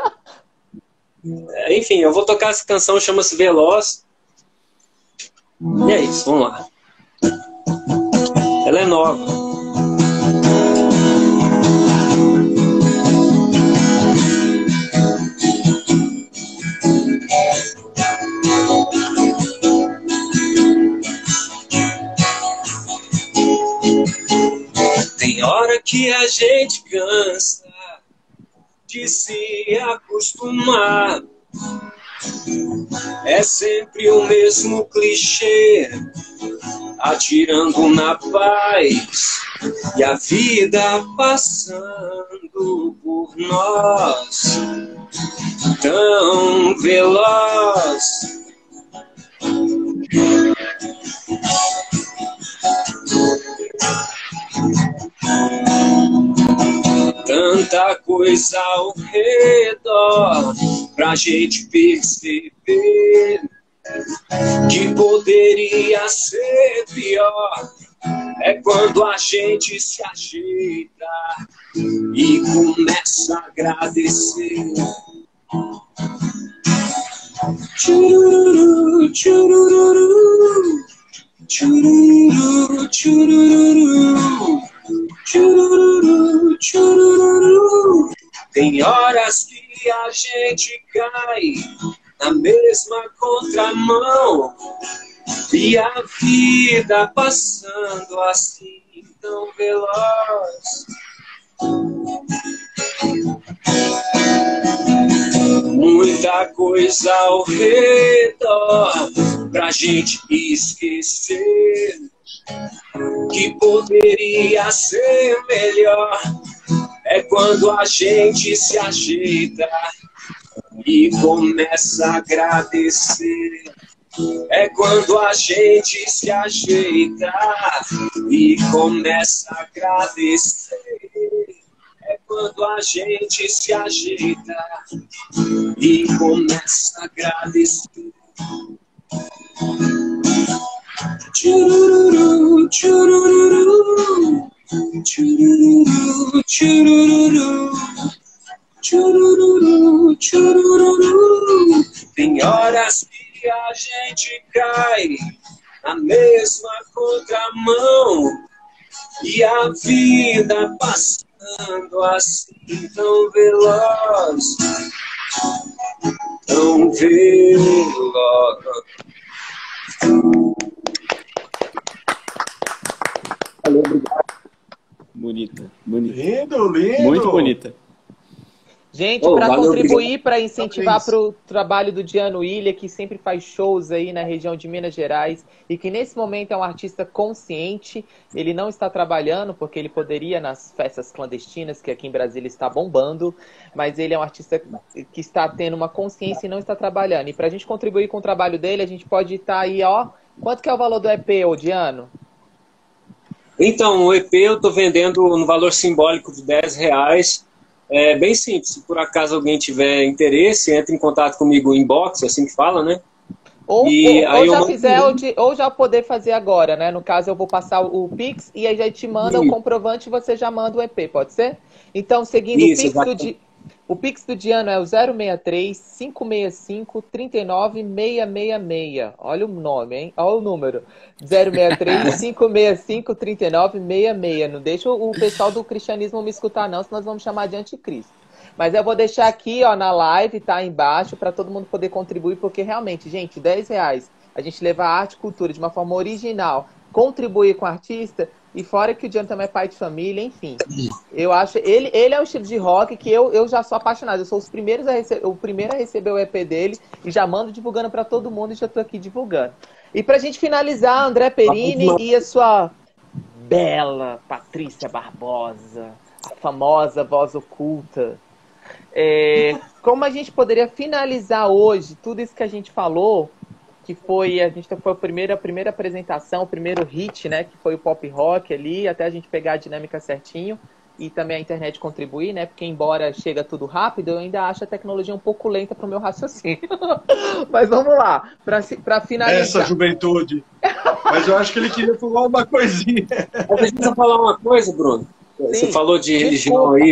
Enfim, eu vou tocar essa canção, chama-se Veloz. E é isso, vamos lá. Ela é nova. Tem hora que a gente cansa de se acostumar. É sempre o mesmo clichê, atirando na paz, e a vida passando por nós, tão veloz. Tanta coisa ao redor pra gente perceber que poderia ser pior. É quando a gente se ajeita e começa a agradecer. Chururu, chururu, chururu, chururu, chururu, chururu. Tem horas que a gente cai na mesma contramão, e a vida passando assim tão veloz. Muita coisa ao redor pra gente esquecer que poderia ser melhor. É quando a gente se ajeita e começa a agradecer. É quando a gente se ajeita e começa a agradecer. É quando a gente se ajeita e começa a agradecer. Chururu, chururu, chururu, chururu, chururu, chururu. Tem horas que a gente cai na mesma contramão, e a vida passando assim tão veloz, tão veloz. Valeu, obrigado. Bonita, bonita. Lindo, lindo. Muito bonita. Gente, Oh, para valeu, contribuir, para incentivar Parabéns. para o trabalho do Diano Ilha, que sempre faz shows aí na região de Minas Gerais e que nesse momento é um artista consciente, ele não está trabalhando porque ele poderia nas festas clandestinas, que aqui em Brasília está bombando, mas ele é um artista que está tendo uma consciência e não está trabalhando. E para a gente contribuir com o trabalho dele, a gente pode estar aí, ó, quanto que é o valor do EP, ô Diano? Então, o EP eu estou vendendo no valor simbólico de R$10. É bem simples. Se por acaso alguém tiver interesse, entre em contato comigo, inbox, é assim que fala, né? Ou aí já eu fizer, ou já poder fazer agora, né? No caso, eu vou passar o Pix e aí já te manda o comprovante e você já manda o EP, pode ser? Então, seguindo Isso, o Pix do Diano é o 063 565 39 666. Olha o nome, hein? Olha o número. 063 565 39 666. Não deixa o pessoal do cristianismo me escutar, não, senão nós vamos chamar de anticristo. Mas eu vou deixar aqui, ó, na live, tá embaixo, para todo mundo poder contribuir, porque realmente, gente, R$10, a gente levar arte e cultura de uma forma original, contribuir com o artista, e fora que o Diano também é pai de família, enfim. Eu acho, ele é um estilo de rock que eu já sou apaixonado. Eu sou o primeiro a receber o EP dele e já mando divulgando para todo mundo e já tô aqui divulgando. E pra gente finalizar, André Perini e a sua bela Patrícia Barbosa, a famosa voz oculta. Como a gente poderia finalizar hoje tudo isso que a gente falou, que foi a primeira apresentação, o primeiro hit, né, que foi o pop rock ali, até a gente pegar a dinâmica certinho e também a internet contribuir, né, porque embora chega tudo rápido, eu ainda acho a tecnologia um pouco lenta para o meu raciocínio. Mas vamos lá, para finalizar. Essa juventude. Mas eu acho que ele queria falar uma coisinha. Deixa eu falar uma coisa, Bruno. Sim, você falou de religião aí,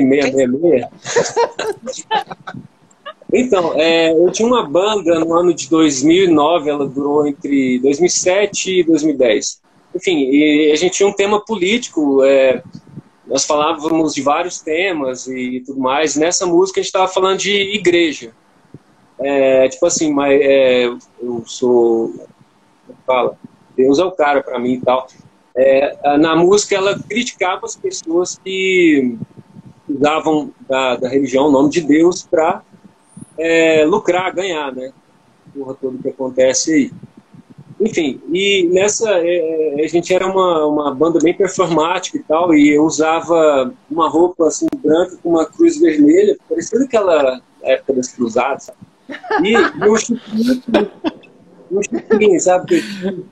666. Então, eu tinha uma banda no ano de 2009, ela durou entre 2007 e 2010. Enfim, e a gente tinha um tema político, nós falávamos de vários temas e tudo mais. Nessa música a gente estava falando de igreja. Tipo assim, eu sou... Fala, Deus é o cara para mim e tal. Na música ela criticava as pessoas que usavam da religião, o nome de Deus, para lucrar, ganhar, né? Porra, tudo que acontece aí. Enfim, e nessa a gente era uma banda bem performática e tal, e eu usava uma roupa assim branca com uma cruz vermelha, parecendo aquela época das cruzadas, sabe? E um chipinho, sabe?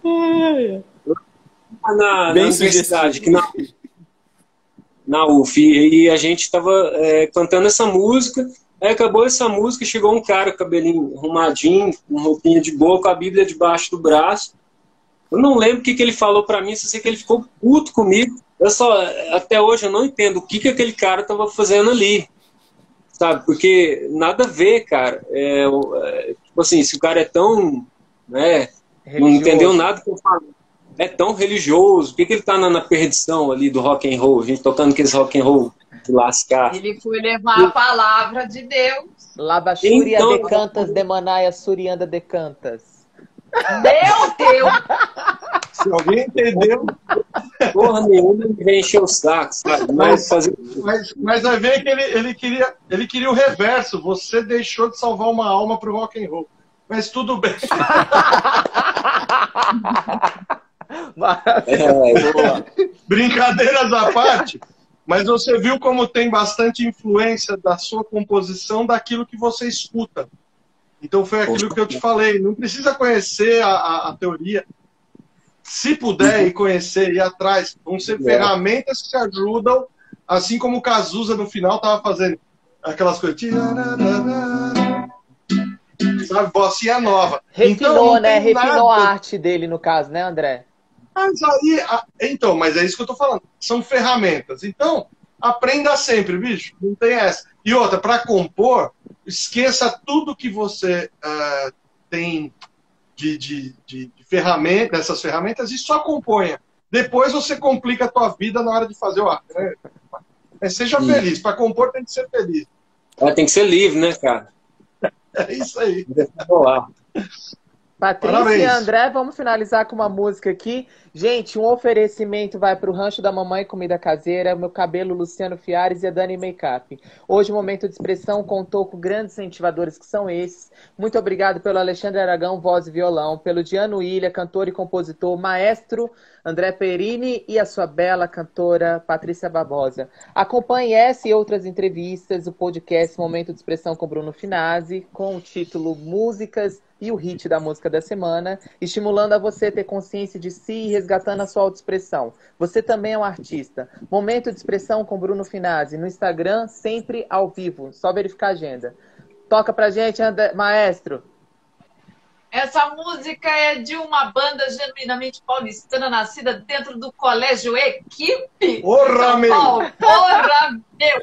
Na universidade, que na UF, e a gente estava cantando essa música. Aí acabou essa música, chegou um cara, cabelinho arrumadinho, com roupinha de boa, com a Bíblia debaixo do braço. Eu não lembro o que ele falou pra mim, só sei que ele ficou puto comigo. Até hoje eu não entendo o que aquele cara tava fazendo ali, sabe? Porque nada a ver, cara. Tipo assim, se o cara é tão, né, não entendeu nada que eu falo. É tão religioso, por que ele tá na perdição ali do rock and roll, a gente tocando aqueles rock and roll de lascar. Ele foi levar a palavra de Deus. Lava Xuria de Cantas, Demanaia Surianda de Cantas. Meu Deus! Se alguém entendeu... Porra nenhuma, ele vem encher o saco, sabe? Mas vai ver que ele queria o reverso. Você deixou de salvar uma alma pro rock and roll. Mas tudo bem. Brincadeiras à parte, mas você viu como tem bastante influência da sua composição daquilo que você escuta. Então foi aquilo que eu te falei. Não precisa conhecer a teoria. Se puder ir conhecer, ir atrás, vão ser ferramentas que te ajudam, assim como o Cazuza no final estava fazendo aquelas coisas. Sabe, bocinha nova. Refinou, então, né? Refinou a arte dele, no caso, né, André? Mas mas é isso que eu tô falando. São ferramentas. Então, aprenda sempre, bicho. Não tem essa. E outra, para compor, esqueça tudo que você tem de ferramenta, dessas ferramentas, e só componha. Depois você complica a tua vida na hora de fazer o arte, né? Mas seja feliz. Para compor tem que ser feliz. Tem que ser livre, né, cara? É isso aí. Patrícia Parabéns. e André, vamos finalizar com uma música aqui. Gente, um oferecimento vai para o Rancho da Mamãe Comida Caseira, Meu Cabelo Luciano Fiares e a Dani Makeup. Hoje o Momento de Expressão contou com grandes incentivadores que são esses. Muito obrigado pelo Alexandre Aragão, voz e violão, pelo Diano Ilha, cantor e compositor, maestro André Perini e a sua bela cantora Patrícia Barbosa. Acompanhe essa e outras entrevistas, o podcast Momento de Expressão com Bruno Finazzi, com o título Músicas e o hit da música da semana, estimulando a você a ter consciência de si e resgatando a sua autoexpressão. Você também é um artista. Momento de Expressão com Bruno Finazzi, no Instagram, sempre ao vivo, só verificar a agenda. Toca pra gente, maestro. Essa música é de uma banda genuinamente paulistana, nascida dentro do Colégio Equipe. Porra, meu! Porra, meu!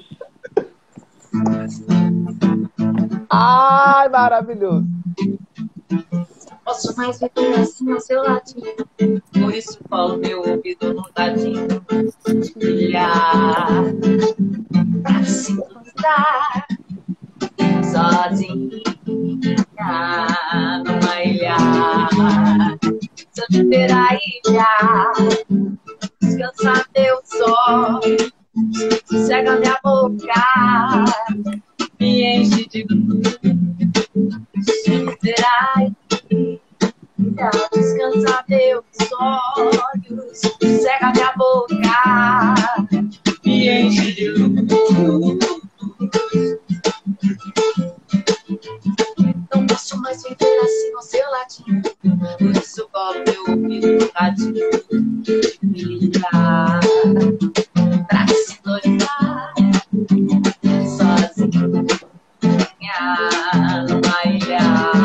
Ai, maravilhoso! Posso mais viver assim ao seu ladinho. Por isso falo meu ouvido no dadinho. Olhar pra se encontrar sozinha numa ilha. Solteira ilha. Descansar teus olhos. Sossega minha boca. Me enche de solteira ilha. Descansa meus olhos, cega minha boca, me enche de luz. Não posso mais viver assim ao seu ladinho, por isso eu colo meu ouvido no radinho de brilhar, pra sintonizar sozinha numa ilha.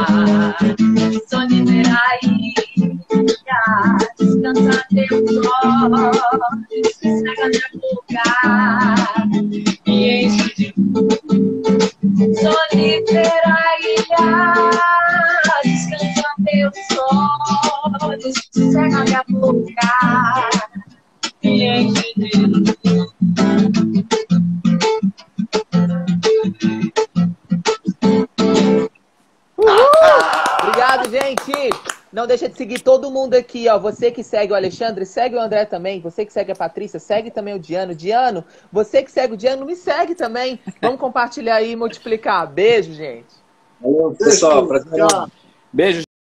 Sonhar ilha, descansar teus olhos, cega minha boca, me enche de luz. Sonhar ilha, descansar teus olhos, cega minha boca, me enche de luz. Obrigado, gente! Não deixa de seguir todo mundo aqui, ó. Você que segue o Alexandre, segue o André também. Você que segue a Patrícia, segue também o Diano. Diano, você que segue o Diano, me segue também. Vamos compartilhar aí e multiplicar. Beijo, gente. Valeu, pessoal. Tchau. Beijo.